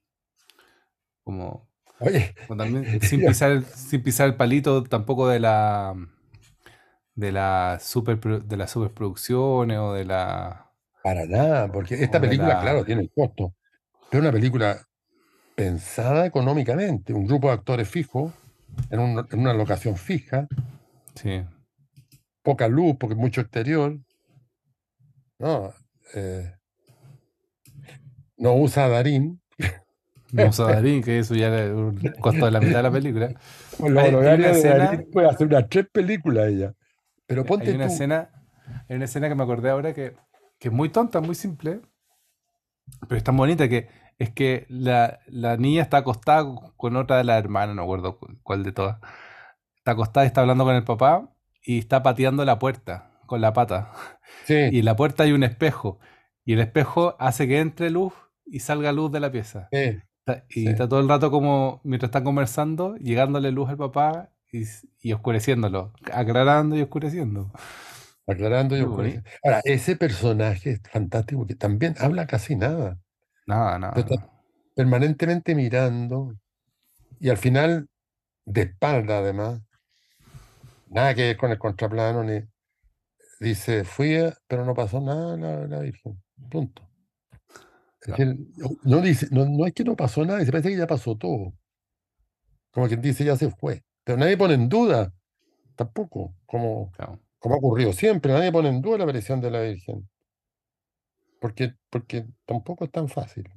como, Oye, como también sin pisar, el- sin pisar el palito tampoco de la de la super de las superproducciones o de la para nada, porque esta o de película, claro, la tiene el costo, pero es una película pensada económicamente, un grupo de actores fijos, en, un- en una locación fija, sí, poca luz, porque mucho exterior. No, eh, no usa Darín. no usa Darín, que eso ya era un costo de la mitad de la película. Con los Hay, hay una honorarios de escena, Darín puede hacer unas tres películas ella. Pero hay ponte una tú, escena, hay una escena que me acordé ahora que, que es muy tonta, muy simple, pero es tan bonita que es que la, la niña está acostada con otra de las hermanas, no recuerdo cu- cuál de todas. Está acostada y está hablando con el papá y está pateando la puerta con la pata. Y sí, en la puerta hay un espejo. Y el espejo hace que entre luz y salga luz de la pieza. sí, Ta- Y sí, está todo el rato como, mientras están conversando, llegándole luz al papá y, s- y oscureciéndolo, aclarando y oscureciendo. aclarando y Muy oscureciendo. bonito. Ahora, ese personaje es fantástico, que también habla casi nada, Nada, nada, pero está no. permanentemente mirando y al final, de espalda además, nada que ver con el contraplano, ni dice, fui, a- pero no pasó nada la, la Virgen. Punto. Es Claro, decir, no, no dice, no, no es que no pasó nada, se parece que ya pasó todo. Como quien dice, ya se fue. Pero nadie pone en duda, tampoco, como, claro. como ha ocurrido siempre, nadie pone en duda la aparición de la Virgen, porque, porque tampoco es tan fácil.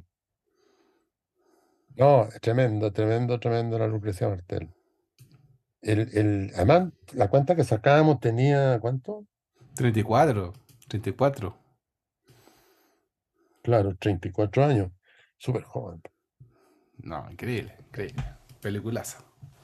No, es tremendo, tremendo, tremendo la Lucrecia Martel. El, el, además, la cuenta que sacábamos tenía, ¿cuánto? treinta y cuatro, treinta y cuatro. Claro, treinta y cuatro años, súper joven. No, increíble, increíble. Peliculaza.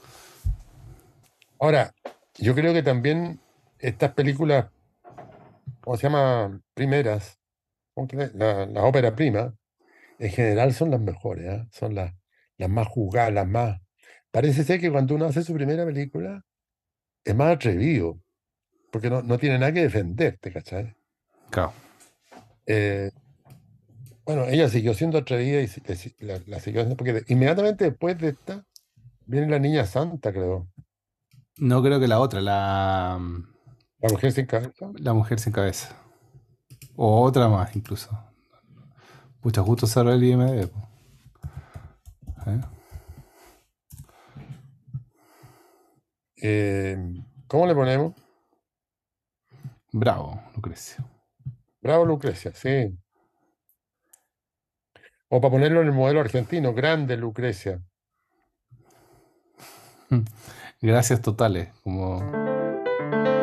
Ahora, yo creo que también estas películas, ¿cómo se llama? Primeras, ¿cómo que le- la, la ópera prima, en general son las mejores, ¿ah? Son las, las más jugadas, las más... Parece ser que cuando uno hace su primera película es más atrevido, porque no, no tiene nada que defenderte, ¿cachai? Claro. Eh, bueno, ella siguió siendo atrevida y si- le si- la, la siguió haciendo, porque de- inmediatamente después de esta, Viene la niña santa, creo. No creo que la otra, la, La mujer sin cabeza. la mujer sin cabeza. O otra más, incluso. Pucha, justo cerró el I M D B, po. ¿Eh? Eh, ¿Cómo le ponemos? Bravo, Lucrecio. Bravo, Lucrecia, sí. O para ponerlo en el modelo argentino, grande Lucrecia. Gracias totales, como